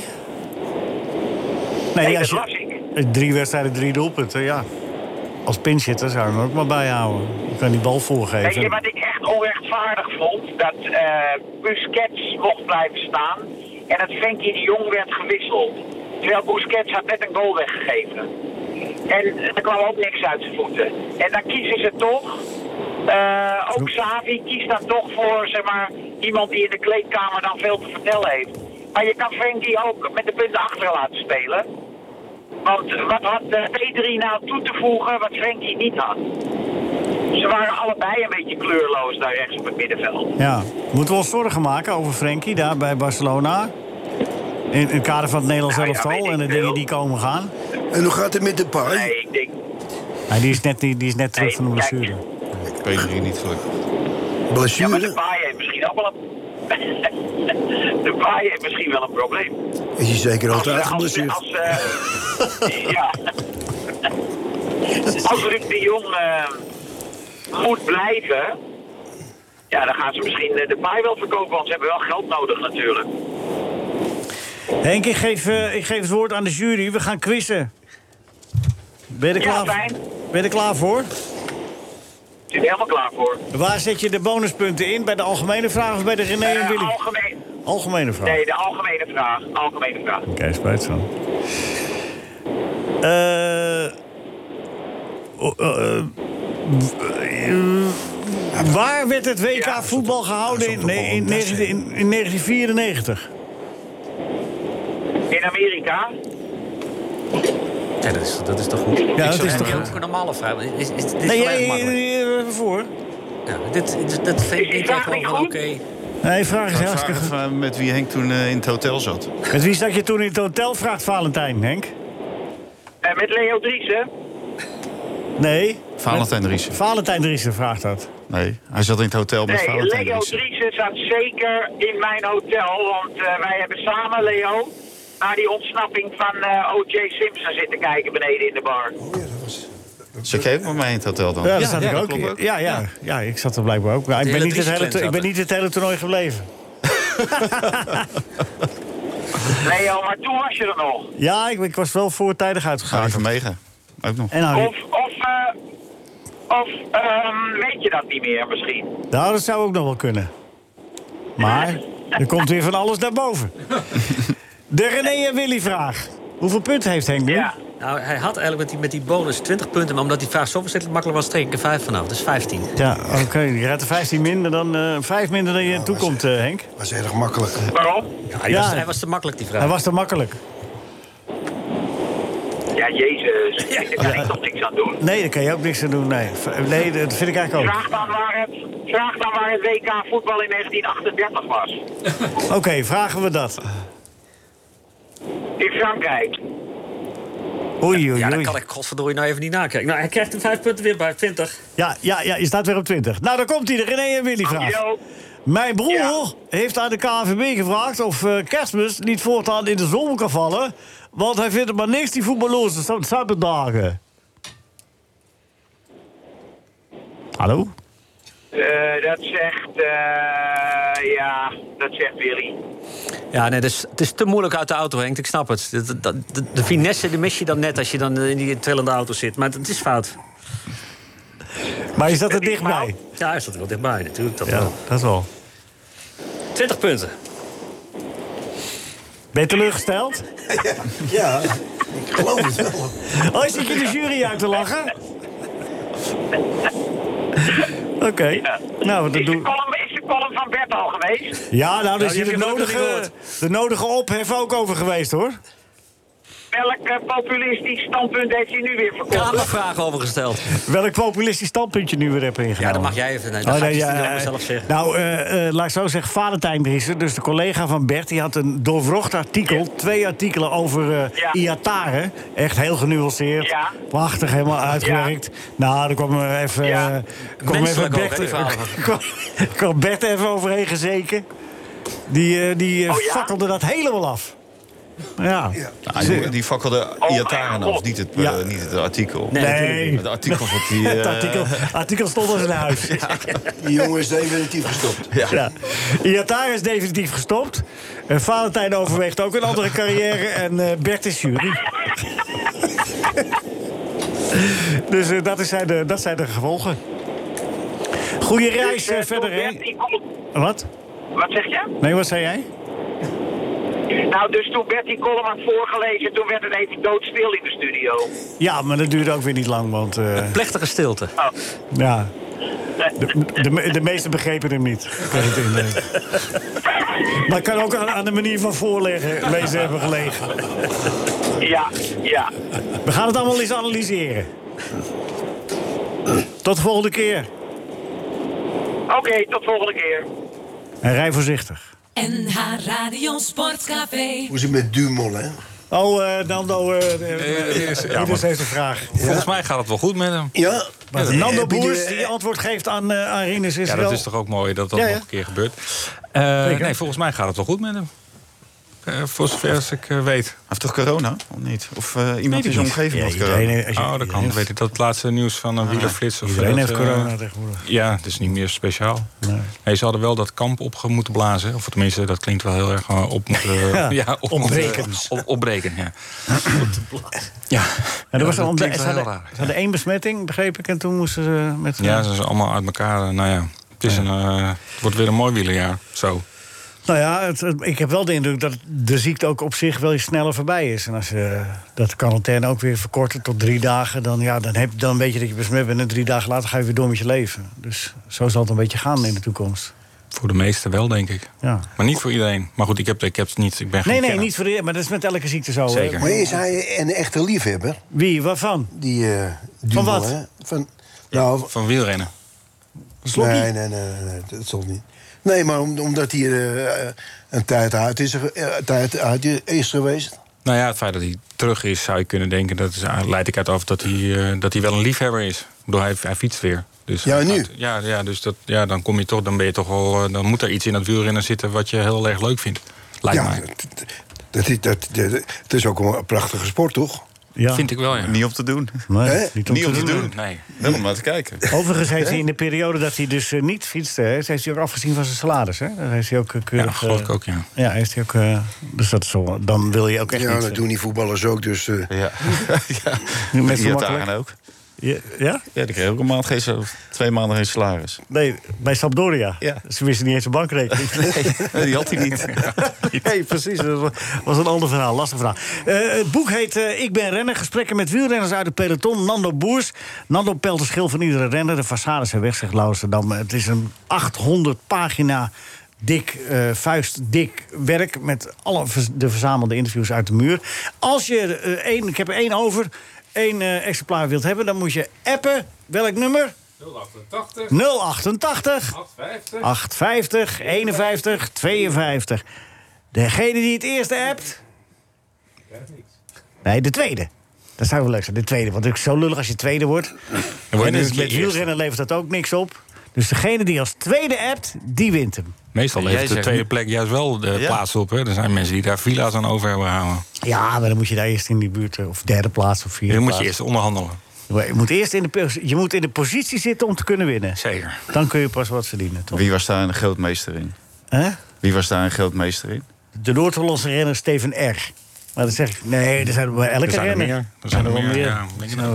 Nee, dat las ik. 3 wedstrijden, 3 doelpunten, ja. Als pinchitter zou je hem ook maar bijhouden. Je kan die bal voorgeven. Weet je wat ik echt onrechtvaardig vond? Dat Busquets mocht blijven staan en dat Frenkie de Jong werd gewisseld. Terwijl Busquets had net een goal weggegeven. En er kwam ook niks uit zijn voeten. En dan kiezen ze toch... ook Xavi kiest dan toch voor, zeg maar, iemand die in de kleedkamer dan veel te vertellen heeft. Maar je kan Frenkie ook met de punten achter laten spelen. Want wat had P3 nou toe te voegen wat Frenkie niet had? Ze waren allebei een beetje kleurloos daar rechts op het middenveld. Ja, moeten we ons zorgen maken over Frenkie daar bij Barcelona? In het kader van het Nederlands elftal en de dingen die komen gaan? En hoe gaat het met de paai? Nee, ik denk... Nee, die is net terug van de blessure. P3 niet gelukkig. Blessure? Ja, maar de paai heeft misschien ook wel een... de paai heeft misschien wel een probleem. Is hij zeker altijd geblesseerd? Ja. Als Luc de Jong moet blijven... Ja, dan gaan ze misschien de paai wel verkopen, want ze hebben wel geld nodig natuurlijk. Henk, ik geef het woord aan de jury. We gaan quizzen. Ben je er klaar, fijn. Ben je er klaar voor? Ik zit er helemaal klaar voor. Waar zet je de bonuspunten in? Bij de algemene vraag of bij de René en Willy? Algemene vraag. Nee, de algemene vraag. Algemene vraag. Oké, spijt van. Waar werd het WK voetbal gehouden in 1994? In Amerika? Ja, dat is toch goed? Ja, dat is toch goed? Ook een normale vraag. Is dit Nee, jij voor. Ja, dat vind ik gewoon van oké. Nee, vraag is hartstikke goed. Met wie Henk toen in het hotel zat. Met wie zat je toen in het hotel, vraagt Valentijn, Henk? Met Leo Driessen. Nee. Valentijn Driessen. Valentijn Driessen vraagt dat. Nee, hij zat in het hotel met Valentijn Leo Driessen. Driessen zat zeker in mijn hotel. Want wij hebben samen, Leo, naar die ontsnapping van O.J. Simpson zitten kijken beneden in de bar. Zat jij ook met mij in het hotel dan? Ja, dat zat ik ook. Ja, ik zat er blijkbaar ook. Maar ik ben niet het hele toernooi gebleven. Leo, maar toen was je er nog. Ja, ik was wel voortijdig uitgegaan. Van Megen, ook nog. En Harry. Of weet je dat niet meer misschien? Nou, dat zou ook nog wel kunnen. Maar er komt weer van alles naar boven. De René en Willy vraag. Hoeveel punten heeft Henk nu? Ja. Nou, hij had eigenlijk met die bonus 20 punten... maar omdat die vraag zo verschrikkelijk makkelijk was... trek ik er 5 vanaf, dus 15. Ja, oké. Je gaat er 15 minder dan 5 minder dan je toekomt, Henk. Dat was erg makkelijk. Waarom? Ja, hij was te makkelijk, die vraag. Hij was te makkelijk. Ja, jezus. Daar kan ik toch niks aan doen. Nee, daar kan je ook niks aan doen, nee. Nee, dat vind ik eigenlijk ook. Vraag dan waar het WK voetbal in 1938 was. Oké, vragen we dat. In Frankrijk. Oei. Ja, dan kan ik godverdorie nou even niet nakijken. Nou, hij krijgt er 5 punten weer bij 20. Ja, je staat weer op 20. Nou, dan komt hij, de René en Willy vraag. Mijn broer heeft aan de KNVB gevraagd of Kerstmis niet voortaan in de zomer kan vallen. Want hij vindt het maar niks, die voetballoze zaterdagen. Hallo? Dat zegt Willy. Ja, nee, dus, het is te moeilijk uit de auto, Henk. Ik snap het. De finesse die mis je dan net als je dan in die trillende auto zit. Maar het is fout. Maar je zat er dichtbij. Ja, hij zat er wel dichtbij, natuurlijk. Dat ja, wel. dat wel. 20 punten. Ben je teleurgesteld? Ja, ik geloof het wel. Oh, zit je de jury uit te lachen? Oké. Ja. Nou, dat doen. Is de column van Bert al geweest? Ja, nou, daar is die hier de nodige ophef ook over geweest, hoor. Welk populistisch standpunt heeft hij nu weer verkocht? Kamervragen over gesteld. Welk populistisch standpuntje nu weer heb ingenomen? Ja, dat mag jij even. Nee, dat ga je allemaal zelf zeggen. Nou, laat ik zo zeggen, Valentijn Driessen, dus de collega van Bert, die had een doorwrocht artikel. 2 artikelen over Iataren. Echt heel genuanceerd. Ja. Prachtig, helemaal uitgewerkt. Ja. Nou, daar kwam even... kwam Bert even overheen gezeken. Die fakkelde dat helemaal af. Ja. Die fakkelde Iataren af, niet het artikel. Nee. Het artikel van die... Het artikel stond al in huis. Ja. Die jongen is definitief gestopt. Ja. Iataren is definitief gestopt. Valentijn overweegt ook een andere carrière. En Bert is jury. Dus dat zijn de gevolgen. Goeie reis verder, hè? Wat? Wat zeg je? Nee, wat zei jij? Nou, dus toen werd die column had voorgelezen... toen werd het even doodstil in de studio. Ja, maar dat duurde ook weer niet lang, want... Plechtige stilte. Oh. Ja. De meesten begrepen hem niet. Maar het kan ook aan de manier van voorlezen hebben gelegen. Ja. We gaan het allemaal eens analyseren. Tot de volgende keer. Oké, tot volgende keer. En rij voorzichtig. NH Radio Sportcafé. Hoe is het met Dumoulin? Nando, Rinus heeft een vraag. Volgens mij gaat het wel goed met hem. Ja. Maar Nando Boers die antwoord geeft aan Rinus is ja, wel... dat is toch ook mooi dat nog een keer gebeurt. Nee, volgens mij gaat het wel goed met hem. Voor zover als ik weet. Hij heeft toch corona, of niet? Of iemand in zijn omgeving had corona? Dat kan. Weet ik dat het laatste nieuws van Wielerflits. Iedereen heeft corona tegenwoordig. Ja, het is niet meer speciaal. Nee, ze hadden wel dat kamp op moeten blazen. Of tenminste, dat klinkt wel heel erg opbreken. Ja. Ja. En er was dat klinkt ze wel heel raar. Ze hadden 1 besmetting, begreep ik. En toen moesten ze met... Ja, ze zijn allemaal uit elkaar. Nou ja, het wordt weer een mooi wielerjaar. Zo. Nou ja, ik heb wel de indruk dat de ziekte ook op zich wel eens sneller voorbij is. En als je dat quarantaine ook weer verkorten tot 3 dagen... dan weet je dat je besmet bent en 3 dagen later ga je weer door met je leven. Dus zo zal het een beetje gaan in de toekomst. Voor de meesten wel, denk ik. Ja. Maar niet voor iedereen. Maar goed, ik ben geen Nee, niet voor iedereen. Maar dat is met elke ziekte zo. Zeker. Maar is hij een echte liefhebber? Wie? Waarvan? Die van wat? Hè? Van wielrennen. Nee, dat zal niet. Nee, maar omdat hij een tijd uit is geweest. Nou ja, het feit dat hij terug is, zou je kunnen denken... leid ik uit af dat hij wel een liefhebber is. Ik bedoel, hij fietst weer. Dus ja, nu? Dan kom je toch, dan ben je toch wel... dan moet er iets in dat wielrennen zitten wat je heel erg leuk vindt. Lijkt mij. Het is ook een prachtige sport, toch? Ja. Vind ik wel, ja. Niet om te doen. Nee, niet om te doen. Nee. Wel om maar te kijken. Overigens heeft hij in de periode dat hij dus niet fietste... heeft hij ook afgezien van zijn salaris. Hè? Dan heeft hij ook keurig... Ja, geloof ik ook, ja. Ja, heeft hij ook... dus dat is zo, dan wil je ook echt niet... Ja, dat doen die voetballers ook, dus... Ja. Met die dagen ook. Ja? Ja, die kreeg ook een maand 2 maanden geen salaris. Nee, bij Sampdoria. Ja. Ze wisten niet eens een bankrekening. Nee, die had hij niet. Nee, precies. Dat was een ander verhaal, lastig verhaal. Het boek heet Ik ben renner. Gesprekken met wielrenners uit het peloton. Nando Boers. Nando pelt de schil van iedere renner. De façades zijn weg, zegt Lauwerdam. Het is een 800 pagina... vuistdik werk met alle de verzamelde interviews uit de muur. Als je ik heb er 1 over... 1 exemplaar wilt hebben, dan moet je appen. Welk nummer? 088 850 51 52. Degene die het eerste appt... Nee, de tweede. Dat zou wel leuk zijn, de tweede. Want het is zo lullig als je tweede wordt. En dus met wielrennen levert dat ook niks op. Dus degene die als tweede appt, die wint hem. Meestal levert de tweede plek juist wel de plaats op. Hè? Er zijn mensen die daar villa's aan over hebben gehouden. Ja, maar dan moet je daar eerst in die buurt... of derde plaats of vierde plaats. Dan moet je eerst onderhandelen. Je moet in de positie zitten om te kunnen winnen. Zeker. Dan kun je pas wat verdienen, toch? Wie was daar een grootmeester in? Wie was daar een grootmeester in? De Noord-Hollandse renner Steven R. Maar dan zeg ik, nee, er zijn bij elke renner. Er zijn er wel meer. Ja,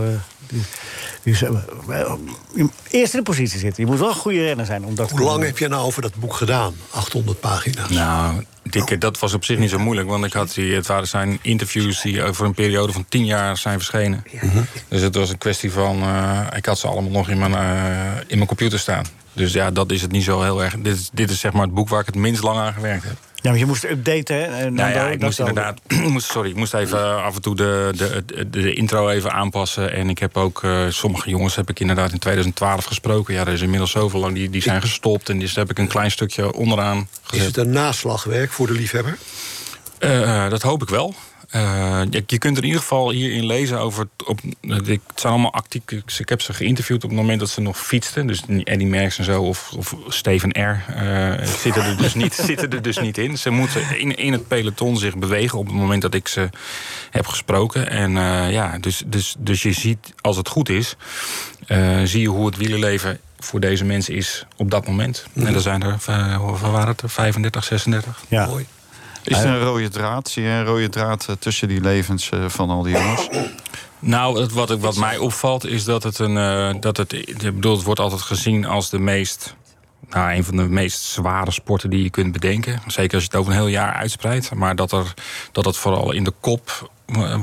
eerst in de positie zitten. Je moet wel een goede renner zijn. Hoe lang heb je nou over dat boek gedaan? 800 pagina's. Nou, dat was op zich niet zo moeilijk. Want het waren zijn interviews die over een periode van 10 jaar zijn verschenen. Dus het was een kwestie van... ik had ze allemaal nog in mijn computer staan. Dus ja, dat is het niet zo heel erg. Dit is zeg maar het boek waar ik het minst lang aan gewerkt heb. Ja, maar je moest updaten, hè? Ik moest inderdaad... ik moest even af en toe de intro even aanpassen. En ik heb ook... sommige jongens heb ik inderdaad in 2012 gesproken. Ja, er is inmiddels zoveel lang. Die zijn gestopt. En dus heb ik een klein stukje onderaan gezet. Is het een naslagwerk voor de liefhebber? Dat hoop ik wel. Je kunt er in ieder geval hierin lezen over... het zijn allemaal artikels. Ik heb ze geïnterviewd op het moment dat ze nog fietsten. Dus Eddy Merckx en zo, of Steven R. Zitten er dus niet in. Ze moeten in het peloton zich bewegen op het moment dat ik ze heb gesproken. En dus je ziet, als het goed is... zie je hoe het wielerleven voor deze mensen is op dat moment. En er zijn er, hoeveel waren het er? 35, 36? Ja. Mooi. Is er een rode draad? Zie je een rode draad tussen die levens van al die jongens? Nou, wat mij opvalt is dat het het wordt altijd gezien als een van de meest zware sporten die je kunt bedenken. Zeker als je het over een heel jaar uitspreidt. Maar dat het vooral in de kop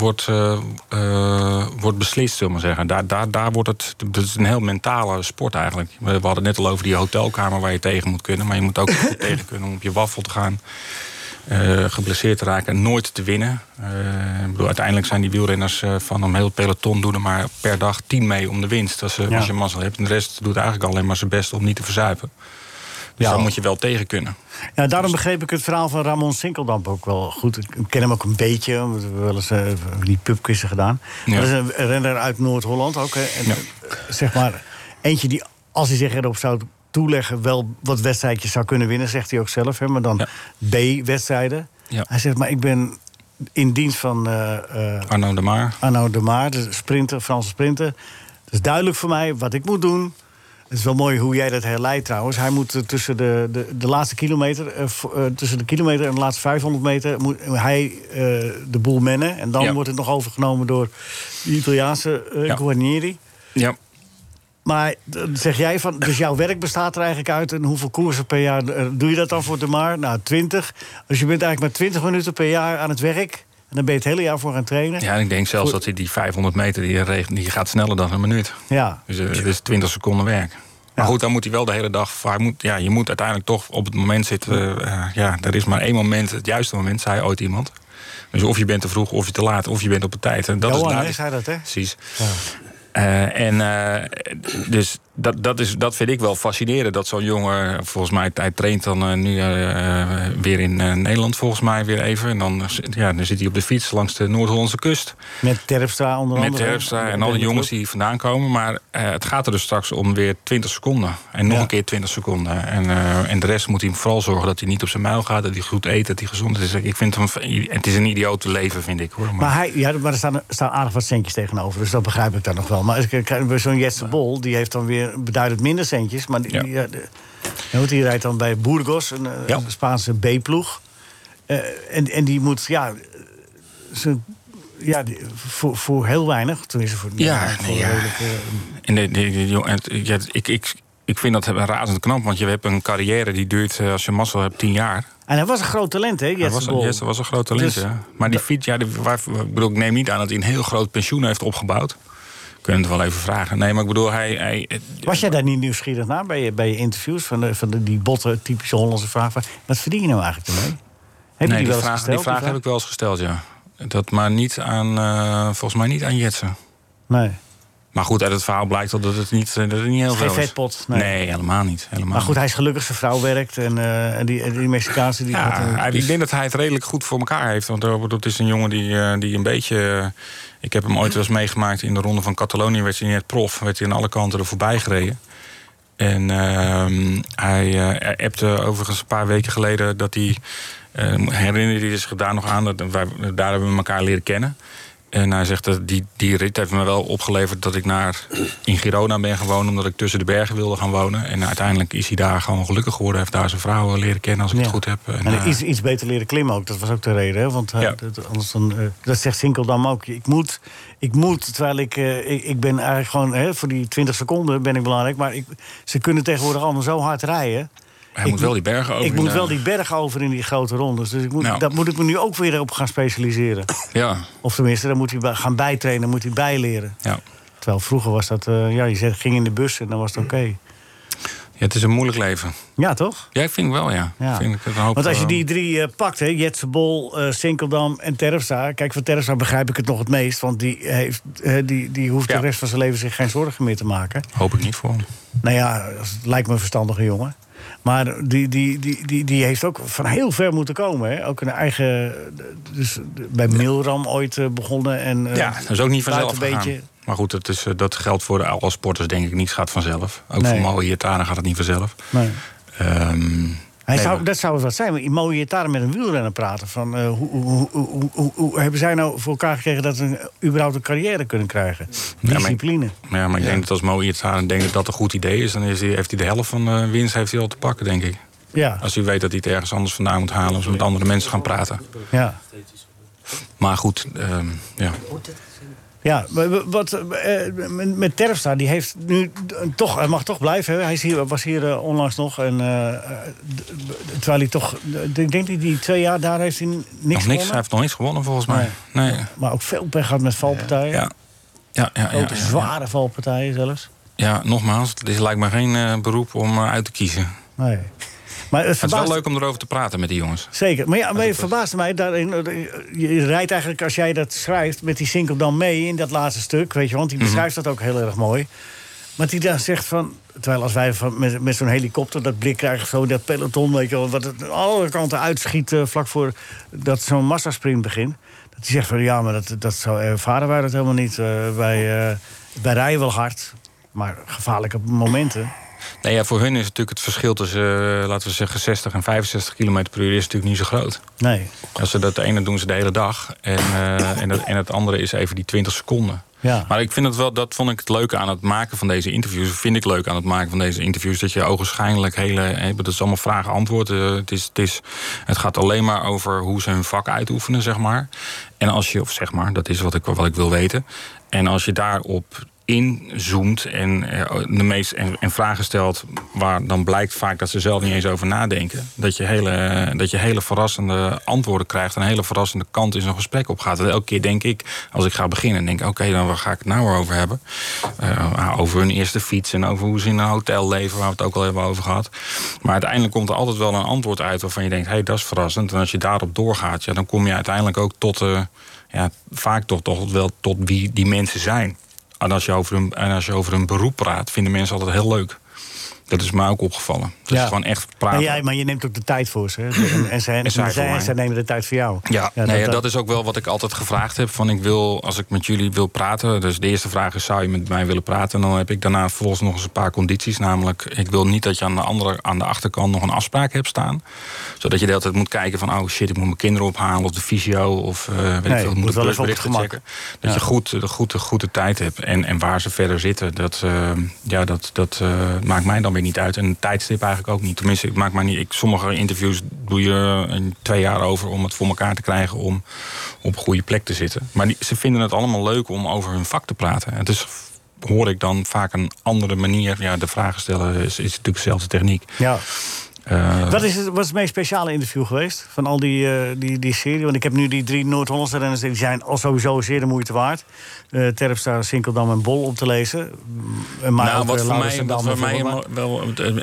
wordt beslist, zullen we zeggen. Daar wordt het is een heel mentale sport eigenlijk. We hadden het net al over die hotelkamer waar je tegen moet kunnen. Maar je moet ook tegen kunnen om op je waffel te gaan. Geblesseerd te raken en nooit te winnen. Uiteindelijk zijn die wielrenners van een heel peloton... doen er maar per dag 10 mee om de winst. Als je mazzel hebt. En de rest doet eigenlijk alleen maar zijn best om niet te verzuipen. Dus daar moet je wel tegen kunnen. Ja, daarom begreep ik het verhaal van Ramon Sinkeldamp ook wel goed. Ik ken hem ook een beetje. We hebben wel eens die pubquizzen gedaan. Ja. Dat is een renner uit Noord-Holland ook. Zeg maar, eentje die, als hij zich erop zou toeleggen... wel wat wedstrijdjes zou kunnen winnen, zegt hij ook zelf. Maar dan B-wedstrijden. Ja. Hij zegt, maar ik ben in dienst van... Arnaud Démare, de sprinter, Franse sprinter. Het is duidelijk voor mij wat ik moet doen. Het is wel mooi hoe jij dat herleidt trouwens. Hij moet tussen de laatste kilometer... tussen de kilometer en de laatste 500 meter... moet hij de boel mennen. En dan wordt het nog overgenomen door de Italiaanse Guarnieri. Ja. Maar zeg jij van, dus jouw werk bestaat er eigenlijk uit... en hoeveel koersen per jaar doe je dat dan voor Démare? Nou, 20. Dus je bent eigenlijk maar 20 minuten per jaar aan het werk... en dan ben je het hele jaar voor gaan trainen. Ja, en ik denk zelfs dat hij die 500 meter... die gaat sneller dan een minuut. Ja. Dus het is 20 seconden werk. Maar goed, dan moet hij wel de hele dag... je moet uiteindelijk toch op het moment zitten... er is maar één moment, het juiste moment, zei ooit iemand. Dus of je bent te vroeg, of je te laat, of je bent op de tijd. En dat Johan, is zei dat, hè? Precies. Ja. Dus dat vind ik wel fascinerend. Dat zo'n jongen, volgens mij, hij traint dan nu weer in Nederland volgens mij weer even. En dan zit hij op de fiets langs de Noord-Hollandse kust. Met Terpstra onder andere. Met Terpstra en al die jongens die vandaan komen. Maar het gaat er dus straks om weer 20 seconden. En nog een keer 20 seconden. En de rest moet hij vooral zorgen dat hij niet op zijn muil gaat. Dat hij goed eet, dat hij gezond is. Ik vind het is een idiote leven, vind ik, hoor. Maar er staan aardig wat centjes tegenover. Dus dat begrijp ik dan nog wel. Maar bij zo'n Jetse Bol, die heeft dan weer beduidend minder centjes. Maar die rijdt dan bij Burgos, een Spaanse B-ploeg. En die moet, voor heel weinig. Tenminste, voor ik vind dat razend knap, want je hebt een carrière die duurt, als je mazzel hebt, 10 jaar. En hij was een groot talent, hè, Jetse Bol? Jesse was een groot talent, dus, ja. Maar die fiets, ik neem niet aan dat hij een heel groot pensioen heeft opgebouwd. Kunnen het wel even vragen. Nee, maar ik bedoel, Was jij daar niet nieuwsgierig naar bij je interviews? Van die botte, typische Hollandse vraag van... Wat verdien je nou eigenlijk ermee? Heb je die wel eens gesteld? Die vraag heb ik wel eens gesteld, ja. Maar niet aan, volgens mij niet aan Jetsen. Nee. Maar goed, uit het verhaal blijkt dat het niet heel veel is. Geen vetpot. Nee, helemaal niet. Maar goed, hij is gelukkig, zijn vrouw werkt. En die Mexicaanse... Ik denk dat hij het redelijk goed voor elkaar heeft. Want het is een jongen die een beetje... Ik heb hem ooit wel eens meegemaakt in de Ronde van Catalonië. Werd hij net prof, werd hij aan alle kanten er voorbij gereden. En hij appte overigens een paar weken geleden dat hij... herinnerde hij zich daar nog aan, daar hebben we elkaar leren kennen. En hij zegt dat die rit heeft me wel opgeleverd dat ik in Girona ben gewoond, omdat ik tussen de bergen wilde gaan wonen. En uiteindelijk is hij daar gewoon gelukkig geworden. Heeft daar zijn vrouw leren kennen, als ik het goed heb. En iets beter leren klimmen ook, dat was ook de reden. Hè? Want anders dat zegt Sinkeldam ook. Ik moet, terwijl ik ben eigenlijk gewoon... voor die 20 seconden ben ik belangrijk. Maar ze kunnen tegenwoordig allemaal zo hard rijden. Hij moet wel die bergen over. Ik moet wel die bergen over in die grote rondes. Dus dat moet ik me nu ook weer op gaan specialiseren. Ja. Of tenminste, dan moet hij gaan bijtrainen, moet hij bijleren. Ja. Terwijl vroeger was dat... je ging in de bus en dan was het oké. Ja, het is een moeilijk leven. Ja, toch? Ja, ik vind wel, ja. Vind ik het een hoop, want als je die drie pakt, Jetse Bol, Sinkeldam en Terpstra... Kijk, van Terpstra begrijp ik het nog het meest... want die hoeft de rest van zijn leven zich geen zorgen meer te maken. Hoop ik niet voor hem. Nou ja, het lijkt me een verstandige jongen. Maar die heeft ook van heel ver moeten komen. Hè? Ook een eigen... Dus bij Milram ooit begonnen. En, dat is ook niet vanzelf gegaan. Maar goed, dat geldt voor alle sporters denk ik niet. Het gaat vanzelf. Ook voor Moe Iataren gaat het niet vanzelf. Nee. Dat zou het wat zijn. Moe Iataren met een wielrenner praten. Van, hoe hebben zij nou voor elkaar gekregen... dat ze überhaupt een carrière kunnen krijgen? Discipline. Maar ik denk dat als Moe Iataren denkt dat een goed idee is... dan heeft hij de helft van de winst al te pakken, denk ik. Ja. Als hij weet dat hij het ergens anders vandaan moet halen... als we met andere mensen gaan praten. Ja. Maar goed, Ja, met Terpstra, die heeft nu toch, hij mag toch blijven. Hij was hier onlangs nog. En, terwijl hij toch, ik denk dat die 2 jaar daar heeft hij niks gewonnen. Hij heeft nog niks gewonnen volgens mij. Nee. Maar ook veel pech gehad met valpartijen. Ja. Zware valpartijen zelfs. Ja, nogmaals, het lijkt me geen beroep om uit te kiezen. Nee. Maar het is wel leuk om erover te praten met die jongens. Zeker. Maar je verbaasde mij. Je rijdt eigenlijk, als jij dat schrijft... met die Sinkeldam mee in dat laatste stuk. Weet je, want die beschrijft dat ook heel erg mooi. Maar die daar zegt van... Terwijl als wij met zo'n helikopter dat blik krijgen... zo dat peloton, weet je wel... wat het aan alle kanten uitschiet vlak voor dat zo'n massasprint begint... dat die zegt van ja, maar dat zo ervaren wij dat helemaal niet. Wij rijden wel hard, maar gevaarlijke momenten... Nee, ja, voor hun is natuurlijk het verschil tussen, laten we zeggen, 60 en 65 km per uur is natuurlijk niet zo groot. Nee. Als ze dat ene doen ze de hele dag en het andere is even die 20 seconden. Ja. Maar ik vind het wel, dat vond ik het leuke aan het maken van deze interviews. Vind ik leuk aan het maken van deze interviews dat je ogenschijnlijk dat is allemaal vragen-antwoord. Het gaat alleen maar over hoe ze hun vak uitoefenen, zeg maar. En als je, of zeg maar, dat is wat ik wil weten. En als je daarop inzoomt en vragen stelt waar dan blijkt vaak dat ze zelf niet eens over nadenken, dat je hele verrassende antwoorden krijgt en een hele verrassende kant in zo'n gesprek opgaat. En elke keer denk ik, als ik ga beginnen, denk ik, oké, dan waar ga ik het nou over hebben? Over hun eerste fiets en over hoe ze in een hotel leven, waar we het ook al hebben over gehad. Maar uiteindelijk komt er altijd wel een antwoord uit waarvan je denkt, dat is verrassend. En als je daarop doorgaat, dan kom je uiteindelijk ook tot vaak toch wel tot wie die mensen zijn. En als je over hun beroep praat, vinden mensen altijd heel leuk. Dat is mij ook opgevallen. Dus gewoon echt praten. Maar je neemt ook de tijd voor ze. En zij nemen de tijd voor jou. Dat is ook wel wat ik altijd gevraagd heb. Als ik met jullie wil praten. Dus de eerste vraag is, zou je met mij willen praten? En dan heb ik daarna vervolgens nog eens een paar condities. Namelijk, ik wil niet dat je aan de achterkant nog een afspraak hebt staan. Zodat je de hele tijd moet kijken van, oh shit, ik moet mijn kinderen ophalen. Of de fysio. Of weet ik veel, moet ik berichten checken. Dat je goed de tijd hebt. En waar ze verder zitten, dat maakt mij dan weer niet uit. En een tijdstip eigenlijk ook niet. Tenminste, het maakt mij niet. Sommige interviews doe je 2 jaar over om het voor elkaar te krijgen om op een goede plek te zitten. Maar ze vinden het allemaal leuk om over hun vak te praten. En dus hoor ik dan vaak een andere manier. Ja, de vragen stellen is natuurlijk dezelfde techniek. Ja. Wat is het meest speciale interview geweest van al die serie? Want ik heb nu die 3 Noord-Hollandse renners, die zijn al sowieso zeer de moeite waard. Terpstra, Sinkeldam en Bol op te lezen. Maar wat voor mij wel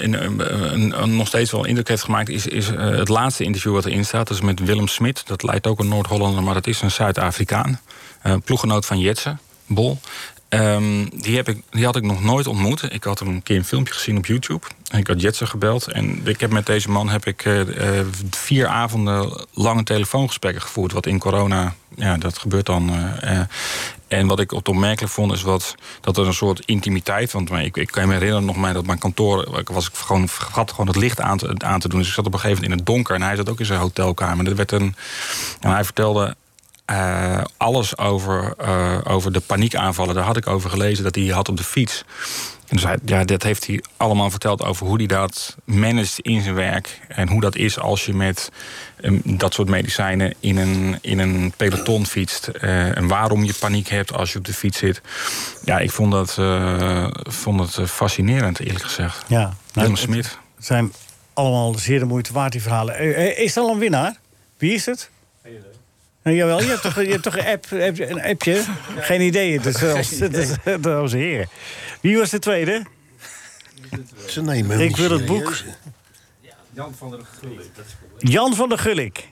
nog steeds wel indruk heeft gemaakt, is het laatste interview wat erin staat. Dat is met Willem Smit. Dat lijkt ook een Noord-Hollander, maar dat is een Zuid-Afrikaan. Ploeggenoot van Jetsen, Bol. Die had ik nog nooit ontmoet. Ik had hem een keer een filmpje gezien op YouTube. En ik had Jetsen gebeld. En met deze man heb ik 4 avonden lange telefoongesprekken gevoerd. Wat in corona, dat gebeurt dan. En wat ik opmerkelijk vond, is dat er een soort intimiteit. Want ik kan me herinneren nog dat mijn kantoor, ik vergat gewoon het licht aan te doen. Dus ik zat op een gegeven moment in het donker. En hij zat ook in zijn hotelkamer. En hij vertelde alles over de paniekaanvallen. Daar had ik over gelezen dat hij had op de fiets. En dus dat heeft hij allemaal verteld over hoe hij dat managt in zijn werk. En hoe dat is als je met dat soort medicijnen in een peloton fietst. En waarom je paniek hebt als je op de fiets zit. Ja, ik vond het fascinerend, eerlijk gezegd. Ja, Willem Smit. Het zijn allemaal zeer de moeite waard, die verhalen. Is er al een winnaar? Wie is het? Jawel, je hebt toch een appje? Geen idee, dames en heren. Wie was de tweede? Ik wil het boek. Jan van der Gulik. Jan van der Gulik.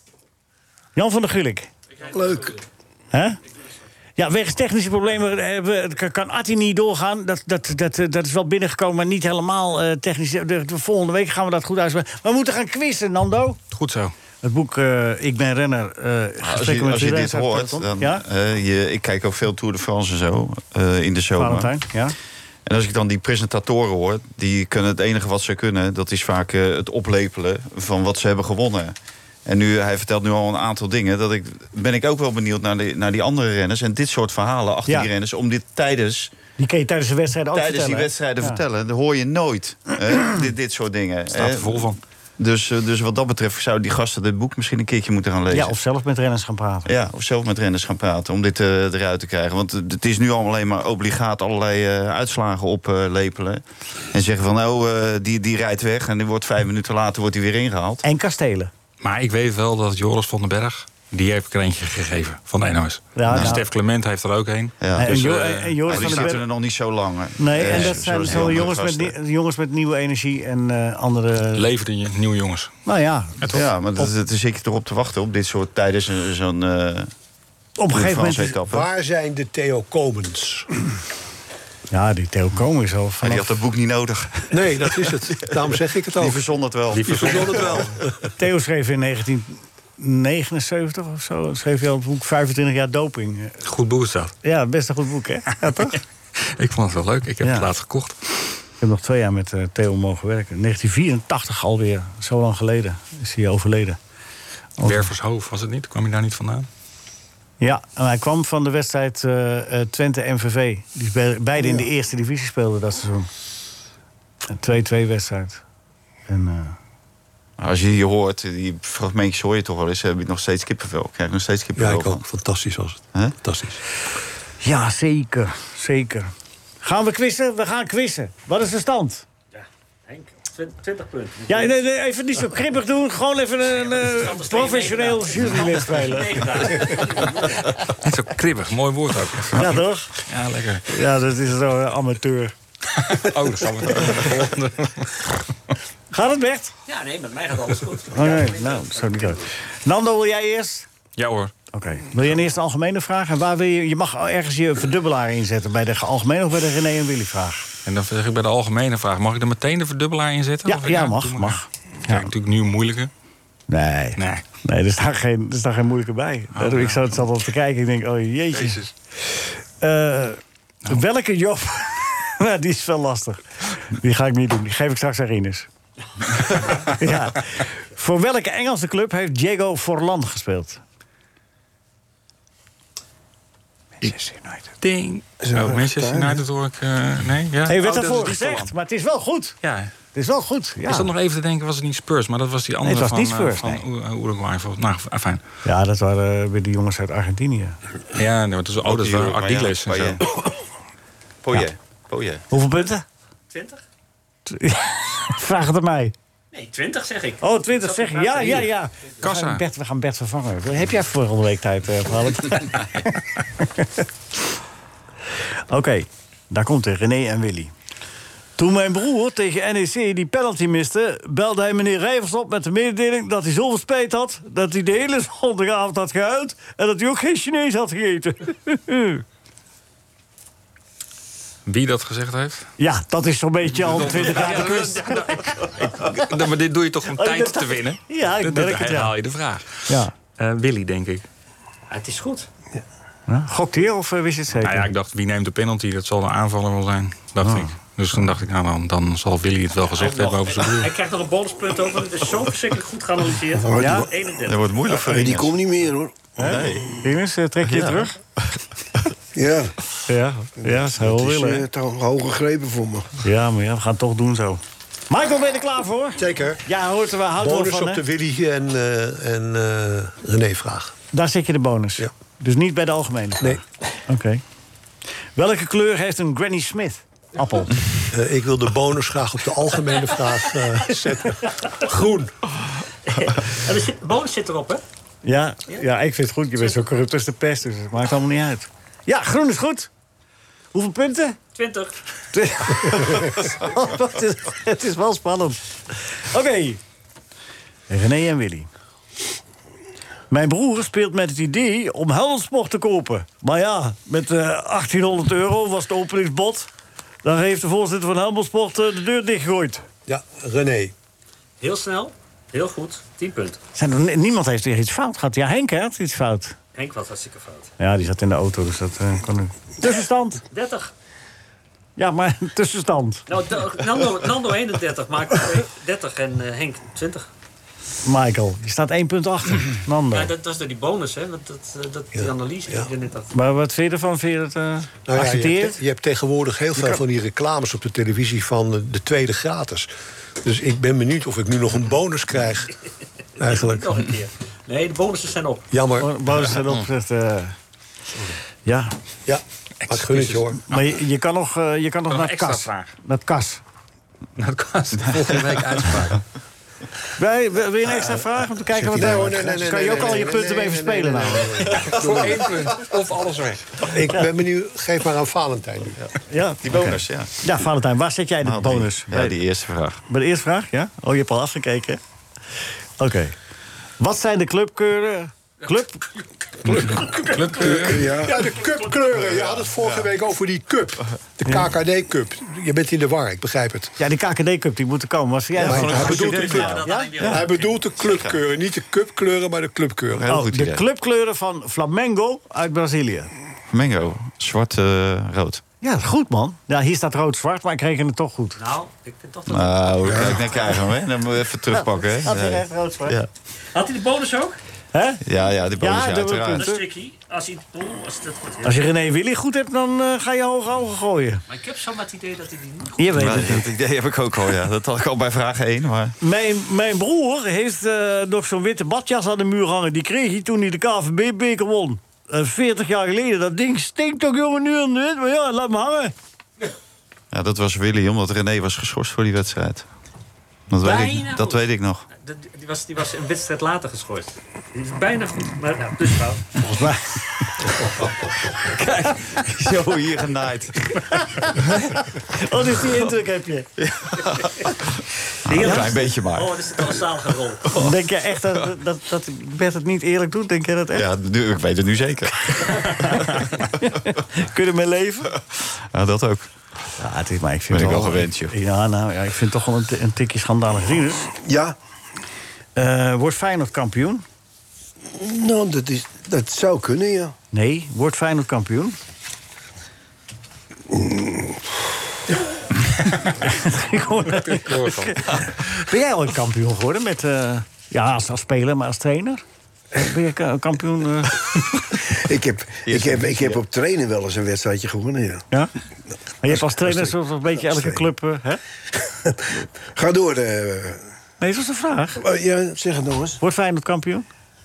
Jan van der Gulik. Leuk. Huh? Ja, wegens technische problemen kan Atti niet doorgaan. Dat is wel binnengekomen, maar niet helemaal technisch. De volgende week gaan we dat goed uitspreken. We moeten gaan quizzen, Nando. Goed zo. Het boek Ik ben renner. Als je dit hoort, dan... Ja? Ik kijk ook veel Tour de France en zo in de zomer. Valentijn, ja. En als ik dan die presentatoren hoor, die kunnen het enige wat ze kunnen, dat is vaak het oplepelen van wat ze hebben gewonnen. En hij vertelt nu al een aantal dingen. Ben ik ook wel benieuwd naar die andere renners. En dit soort verhalen achter die renners, om dit tijdens... Die kun je tijdens de wedstrijden ook vertellen. Tijdens die wedstrijden vertellen. Dat hoor je nooit. Dit soort dingen. Staat er vol van. Dus wat dat betreft zouden die gasten dit boek misschien een keertje moeten gaan lezen. Ja, of zelf met renners gaan praten. Ja, of zelf met renners gaan praten om dit eruit te krijgen. Want het is nu allemaal alleen maar obligaat allerlei uitslagen oplepelen. En zeggen van, die rijdt weg en die wordt 5 minuten later wordt hij weer ingehaald. En kastelen. Maar ik weet wel dat Joris van den Berg, die heeft er eentje gegeven van de NOS. Ja, Stef Clement heeft er ook een. Ja. Dus, en Joris die zitten er nog niet zo lang. Nee, en dat zijn zo jongens met nieuwe energie en andere... Leverde je nieuwe jongens. Nou ja. Ja, maar daar zit je toch op te wachten op dit soort tijdens zo'n... op een gegeven moment... Waar zijn de Theo Komens? Ja, die Theo Komen is al die had dat boek niet nodig. Nee, dat is het. Daarom zeg ik het ook. Die verzon het wel. Theo schreef in 1979 of zo. Schreef hij al het boek 25 jaar doping. Goed boek is dat. Ja, best een goed boek, hè? Ja, toch? Ik vond het wel leuk. Ik heb het laatst gekocht. Ik heb nog 2 jaar met Theo mogen werken. 1984 alweer. Zo lang geleden is hij overleden. Wervershoofd was het niet? Kwam hij daar niet vandaan? Ja, en hij kwam van de wedstrijd Twente-MVV. Die beide in de eerste divisie speelden dat seizoen. Een 2-2 wedstrijd. Als je hier hoort, die fragmentjes hoor je toch wel eens. Heb je nog steeds kippenvel? Ja, ik ook. Fantastisch was het. Huh? Fantastisch. Ja, zeker. Zeker. Gaan we quizzen? We gaan quizzen. Wat is de stand? Ja, Henk, 20 punten. Ja, nee, even niet zo kribbig doen. Gewoon even een professioneel jurylid spelen. Niet zo kribbig, mooi woord ook. Ja, toch? Ja, lekker. Ja, dat is zo amateur. Oh, dat gaan we naar de volgende. Gaat het, Bert? Ja, nee, met mij gaat alles goed. Oh, nee, nou, dat zou niet leuk. Nando, wil jij eerst? Ja hoor. Oké. Wil je eerst de algemene vraag? En waar wil je mag ergens je verdubbelaar inzetten. Bij de algemene of bij de René en Willy vraag? En dan zeg ik bij de algemene vraag. Mag ik er meteen de verdubbelaar in zetten? Ja, mag. Ja, natuurlijk nu een moeilijke. Nee, er staat geen moeilijke bij. Ik zat al te kijken en ik denk, oh jeetje. Jezus. Welke job... Nou, die is wel lastig. Die ga ik niet doen. Die geef ik straks aan Rinus. Ja. Voor welke Engelse club heeft Diego Forlan gespeeld? Manchester United. Ding. Manchester United hoor ik... nee? Ja? Hij werd dat daarvoor is gezegd, maar het is wel goed. Ja. Het is wel goed, ja. Ik zat nog even te denken, was het niet Spurs? Maar dat was die andere het was niet Spurs, van Uruguay. Nou, fijn. Ja, dat waren weer die jongens uit Argentinië. Ja, nee, dat waren Ardiles en zo. Poje. Hoeveel punten? 20? Vraag het aan mij. Nee, 20 zeg ik. Oh, 20 zeg je. Ja. Kassa. We gaan Bert vervangen. Heb jij volgende week tijd, Oké, daar komt hij, René en Willy. Toen mijn broer tegen NEC die penalty miste, belde hij meneer Rijvers op met de mededeling dat hij zoveel spijt had, dat hij de hele zondagavond had gehuild en dat hij ook geen Chinees had gegeten. Wie dat gezegd heeft? Ja, dat is zo'n beetje al 20 jaar de kunst. Maar dit doe je toch om tijd te winnen? Ja, ik merk het, herhaal je de vraag. Ja. Willy, denk ik. Ja, het is goed. Ja. Gokt hij of wist je het zeker? Nou ja, ik dacht, wie neemt de penalty? Dat zal de aanvaller wel zijn, dacht ik. Dus toen dacht ik, nou dan zal Willy het wel gezegd hebben over zijn broer. Hij krijgt nog een bonuspunt over. Het is zo verschrikkelijk goed geanalyseerd. Ja? 31. Dat wordt moeilijk voor Die komt niet meer, hoor. Nee. Rinus, trek je je terug? Ja. Ja, dat zou wel willen. Het is toch hoge grepen voor me. Ja, maar we gaan het toch doen zo. Michael, ben je er klaar voor? Zeker. Ja, hoort er wel. Houdt Bonus wel van, op de Willy en René-vraag. Daar zit je de bonus. Ja. Dus niet bij de algemene. Nee. Oké. Welke kleur heeft een Granny Smith appel? Ik wil de bonus graag op de algemene vraag zetten. Groen. En de bonus zit erop, hè? Ja, ik vind het goed. Je bent zo corrupt als de pest, dus het maakt allemaal niet uit. Ja, groen is goed. Hoeveel punten? 20. Het is wel spannend. Oké. René en Willy. Mijn broer speelt met het idee om Helmsport te kopen. Maar ja, met 1800 euro was het openingsbod. Dan heeft de voorzitter van Helmsport de deur dichtgegooid. Ja, René. Heel snel. Heel goed. 10 punten. Niemand heeft weer iets fout gehad. Ja, Henk had iets fout. Henk was hartstikke fout. Ja, die zat in de auto, dus dat kon ik. Tussenstand. 30. Ja, maar tussenstand. Nou, Nando 31 maakt 30 en Henk 20. Michael, je staat 1 punt achter. Nando. Ja, dat is door die bonus, hè? Die analyse die je net had. Maar wat vind je ervan? Vind je het accepteerd? Je hebt tegenwoordig heel veel van die reclames op de televisie van de tweede gratis. Dus ik ben benieuwd of ik nu nog een bonus krijg. Eigenlijk. Nog een keer. Nee, de bonussen zijn op. Jammer. Bonussen zijn op. Ja. Ja, maar gun het je, hoor. Maar je kan nog naar het kas. Naar het kas. Naar het kas. Volgende week uitspraak. Wil je een extra vraag om te kijken wat Nee, kan je ook al je punten mee verspelen nou? Voor 1 punt. Of alles weg. Ik ben benieuwd. Geef maar aan Valentijn nu. Ja, die bonus, ja. Ja, Valentijn, waar zet jij de bonus? Ja, die eerste vraag. Bij de eerste vraag, ja? Oh, je hebt al afgekeken. Oké. Wat zijn de clubkleuren? Clubkleuren? Ja, de cupkleuren. Je had het vorige week over die cup. De KKD-cup. Je bent in de war, ik begrijp het. Ja, die KKD-cup die moet er komen. Wat jij Hij bedoelt de clubkleuren. Niet de cupkleuren, maar de clubkleuren. Oh, de clubkleuren van Flamengo uit Brazilië. Flamengo, zwart-rood. Ja, goed man. Ja, hier staat rood-zwart, maar ik reken het toch goed. Nou, ik vind toch dat... Nou, kijk, net krijgen we hem, hè? Dan moeten we even terugpakken, hè? Had hij echt rood-zwart? Ja. Had hij de bonus ook? Hè? Ja, die bonus, ja, uiteraard. Dat is tricky. Als hij dat goed heeft. Als je René Willy goed hebt, dan ga je hoge ogen gooien. Maar ik heb zomaar het idee dat hij die niet goed Je weet het niet. Dat idee heb ik ook al, ja. Dat had ik al bij vraag 1, maar... Mijn broer heeft nog zo'n witte badjas aan de muur hangen. Die kreeg hij toen hij de KNVB-beker won. 40 jaar geleden. Dat ding stinkt toch, jongen, nu en dit. Maar ja, laat me hangen. Ja, dat was Willy, omdat René was geschorst voor die wedstrijd. Dat weet ik nog. Die was een wedstrijd later geschorst. Die is bijna goed, maar nou, dus fout. Volgens mij. Kijk, zo hier genaaid. Oh, dus die indruk heb je. Een klein beetje maar. Oh, dat is een massalige rol. Denk je echt dat Bert het niet eerlijk doet? Denk je dat echt? Ja, ik weet het nu zeker. Kun je ermee leven? Ja, dat ook. Ja, het is, maar ik vind ben het ik wel gewend, joh. Ja, ik vind het toch wel een tikje schandalig. Rinus? Ja. Wordt Feyenoord kampioen? Nou, dat zou kunnen, ja. Nee, wordt Feyenoord kampioen? Ben jij ooit kampioen geworden met... als speler, maar als trainer? Ben je kampioen? Ik heb op trainen wel eens een wedstrijdje gewonnen, ja. Ja? Maar je hebt als trainer zo'n beetje elke club... hè? Ga door. Nee, dat was de vraag. Ja, zeg het nog eens. Wordt Feyenoord kampioen?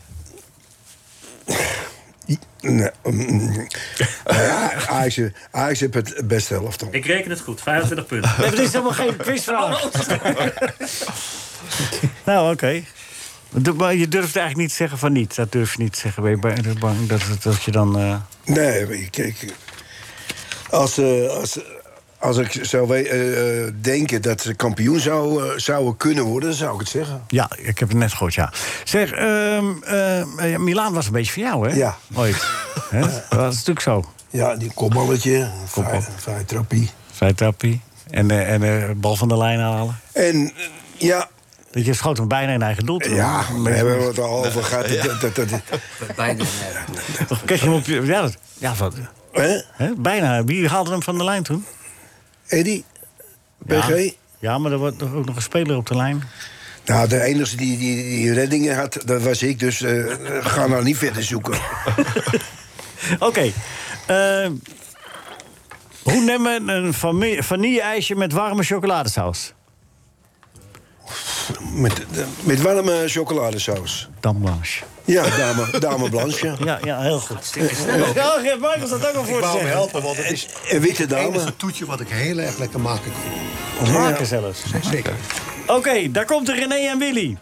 Nee. Ajax heeft het beste helft. Ik reken het goed, 25 punten. Nee, maar dit is helemaal geen quizvraag. Nou, oké. Maar je durft eigenlijk niet te zeggen van niet. Dat durf je niet te zeggen. Ben je bang dat je dan... Nee, kijk. Als ik zou denken dat ze kampioen zouden kunnen worden, dan zou ik het zeggen. Ja, ik heb het net gehoord, ja. Zeg, Milaan was een beetje van jou, hè? Ja. Ooit. Dat is natuurlijk zo. Ja, die kopballetje, vrij trappie. En de bal van de lijn halen. En, ja... Dat je schoot hem bijna in eigen doel. Ja, we hebben het al over gehad. Bijna. Kreeg je hem op je... Ja, wat... Bijna. Wie haalde hem van de lijn toen? Eddie? PG? Ja, maar er wordt ook nog een speler op de lijn. Nou, de enige die reddingen had, dat was ik. Dus ga nou niet verder zoeken. Oké. Hoe nemen een vanille-ijsje met warme chocoladesaus? Met warme chocoladesaus. Dame Blanche. Ja, dame Blanche. Ja, heel goed. Ja, Michael staat ook al voor te zeggen. Ik wou me helpen, want het is een witte dame. Het enige toetje wat ik heel erg lekker maken kan. Maken zelfs. Zeker. Oké, daar komt de René en Willy.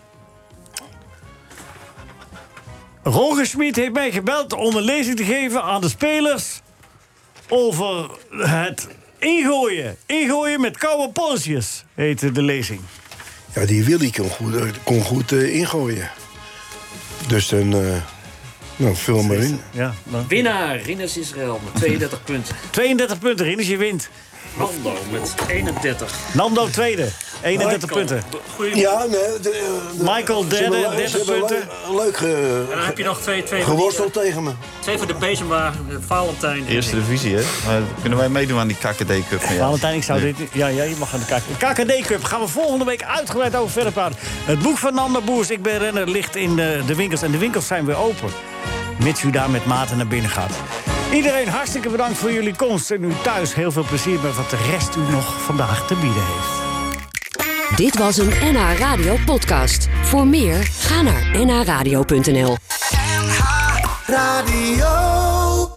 Roger Schmid heeft mij gebeld om een lezing te geven aan de spelers over het ingooien. Ingooien met koude polsjes, heette de lezing. Ja, die Willy kon goed ingooien. Dus dan... vul hem maar in. Ja, Winnaar, Rinus Israël met 32 punten. 32 punten, Rinus, je wint. Nando met 31. Nando tweede, 31 punten. Ja, Michael derde, 30 punten. Leuk en dan heb je nog twee geworsteld tegen me. 2 voor de Bezemwagen, Valentijn. Eerste divisie, hè? Kunnen wij meedoen aan die KKD-cup van jou? Valentijn, ik zou dit... Ja, je mag aan de KKD-cup. Gaan we volgende week uitgebreid over verder praten. Het boek van Nando Boers, Ik ben renner, ligt in de winkels. En de winkels zijn weer open. Mits u daar met mate naar binnen gaat. Iedereen hartstikke bedankt voor jullie komst. En u thuis heel veel plezier met wat de rest u nog vandaag te bieden heeft. Dit was een NH Radio podcast. Voor meer, ga naar nhradio.nl. NH Radio.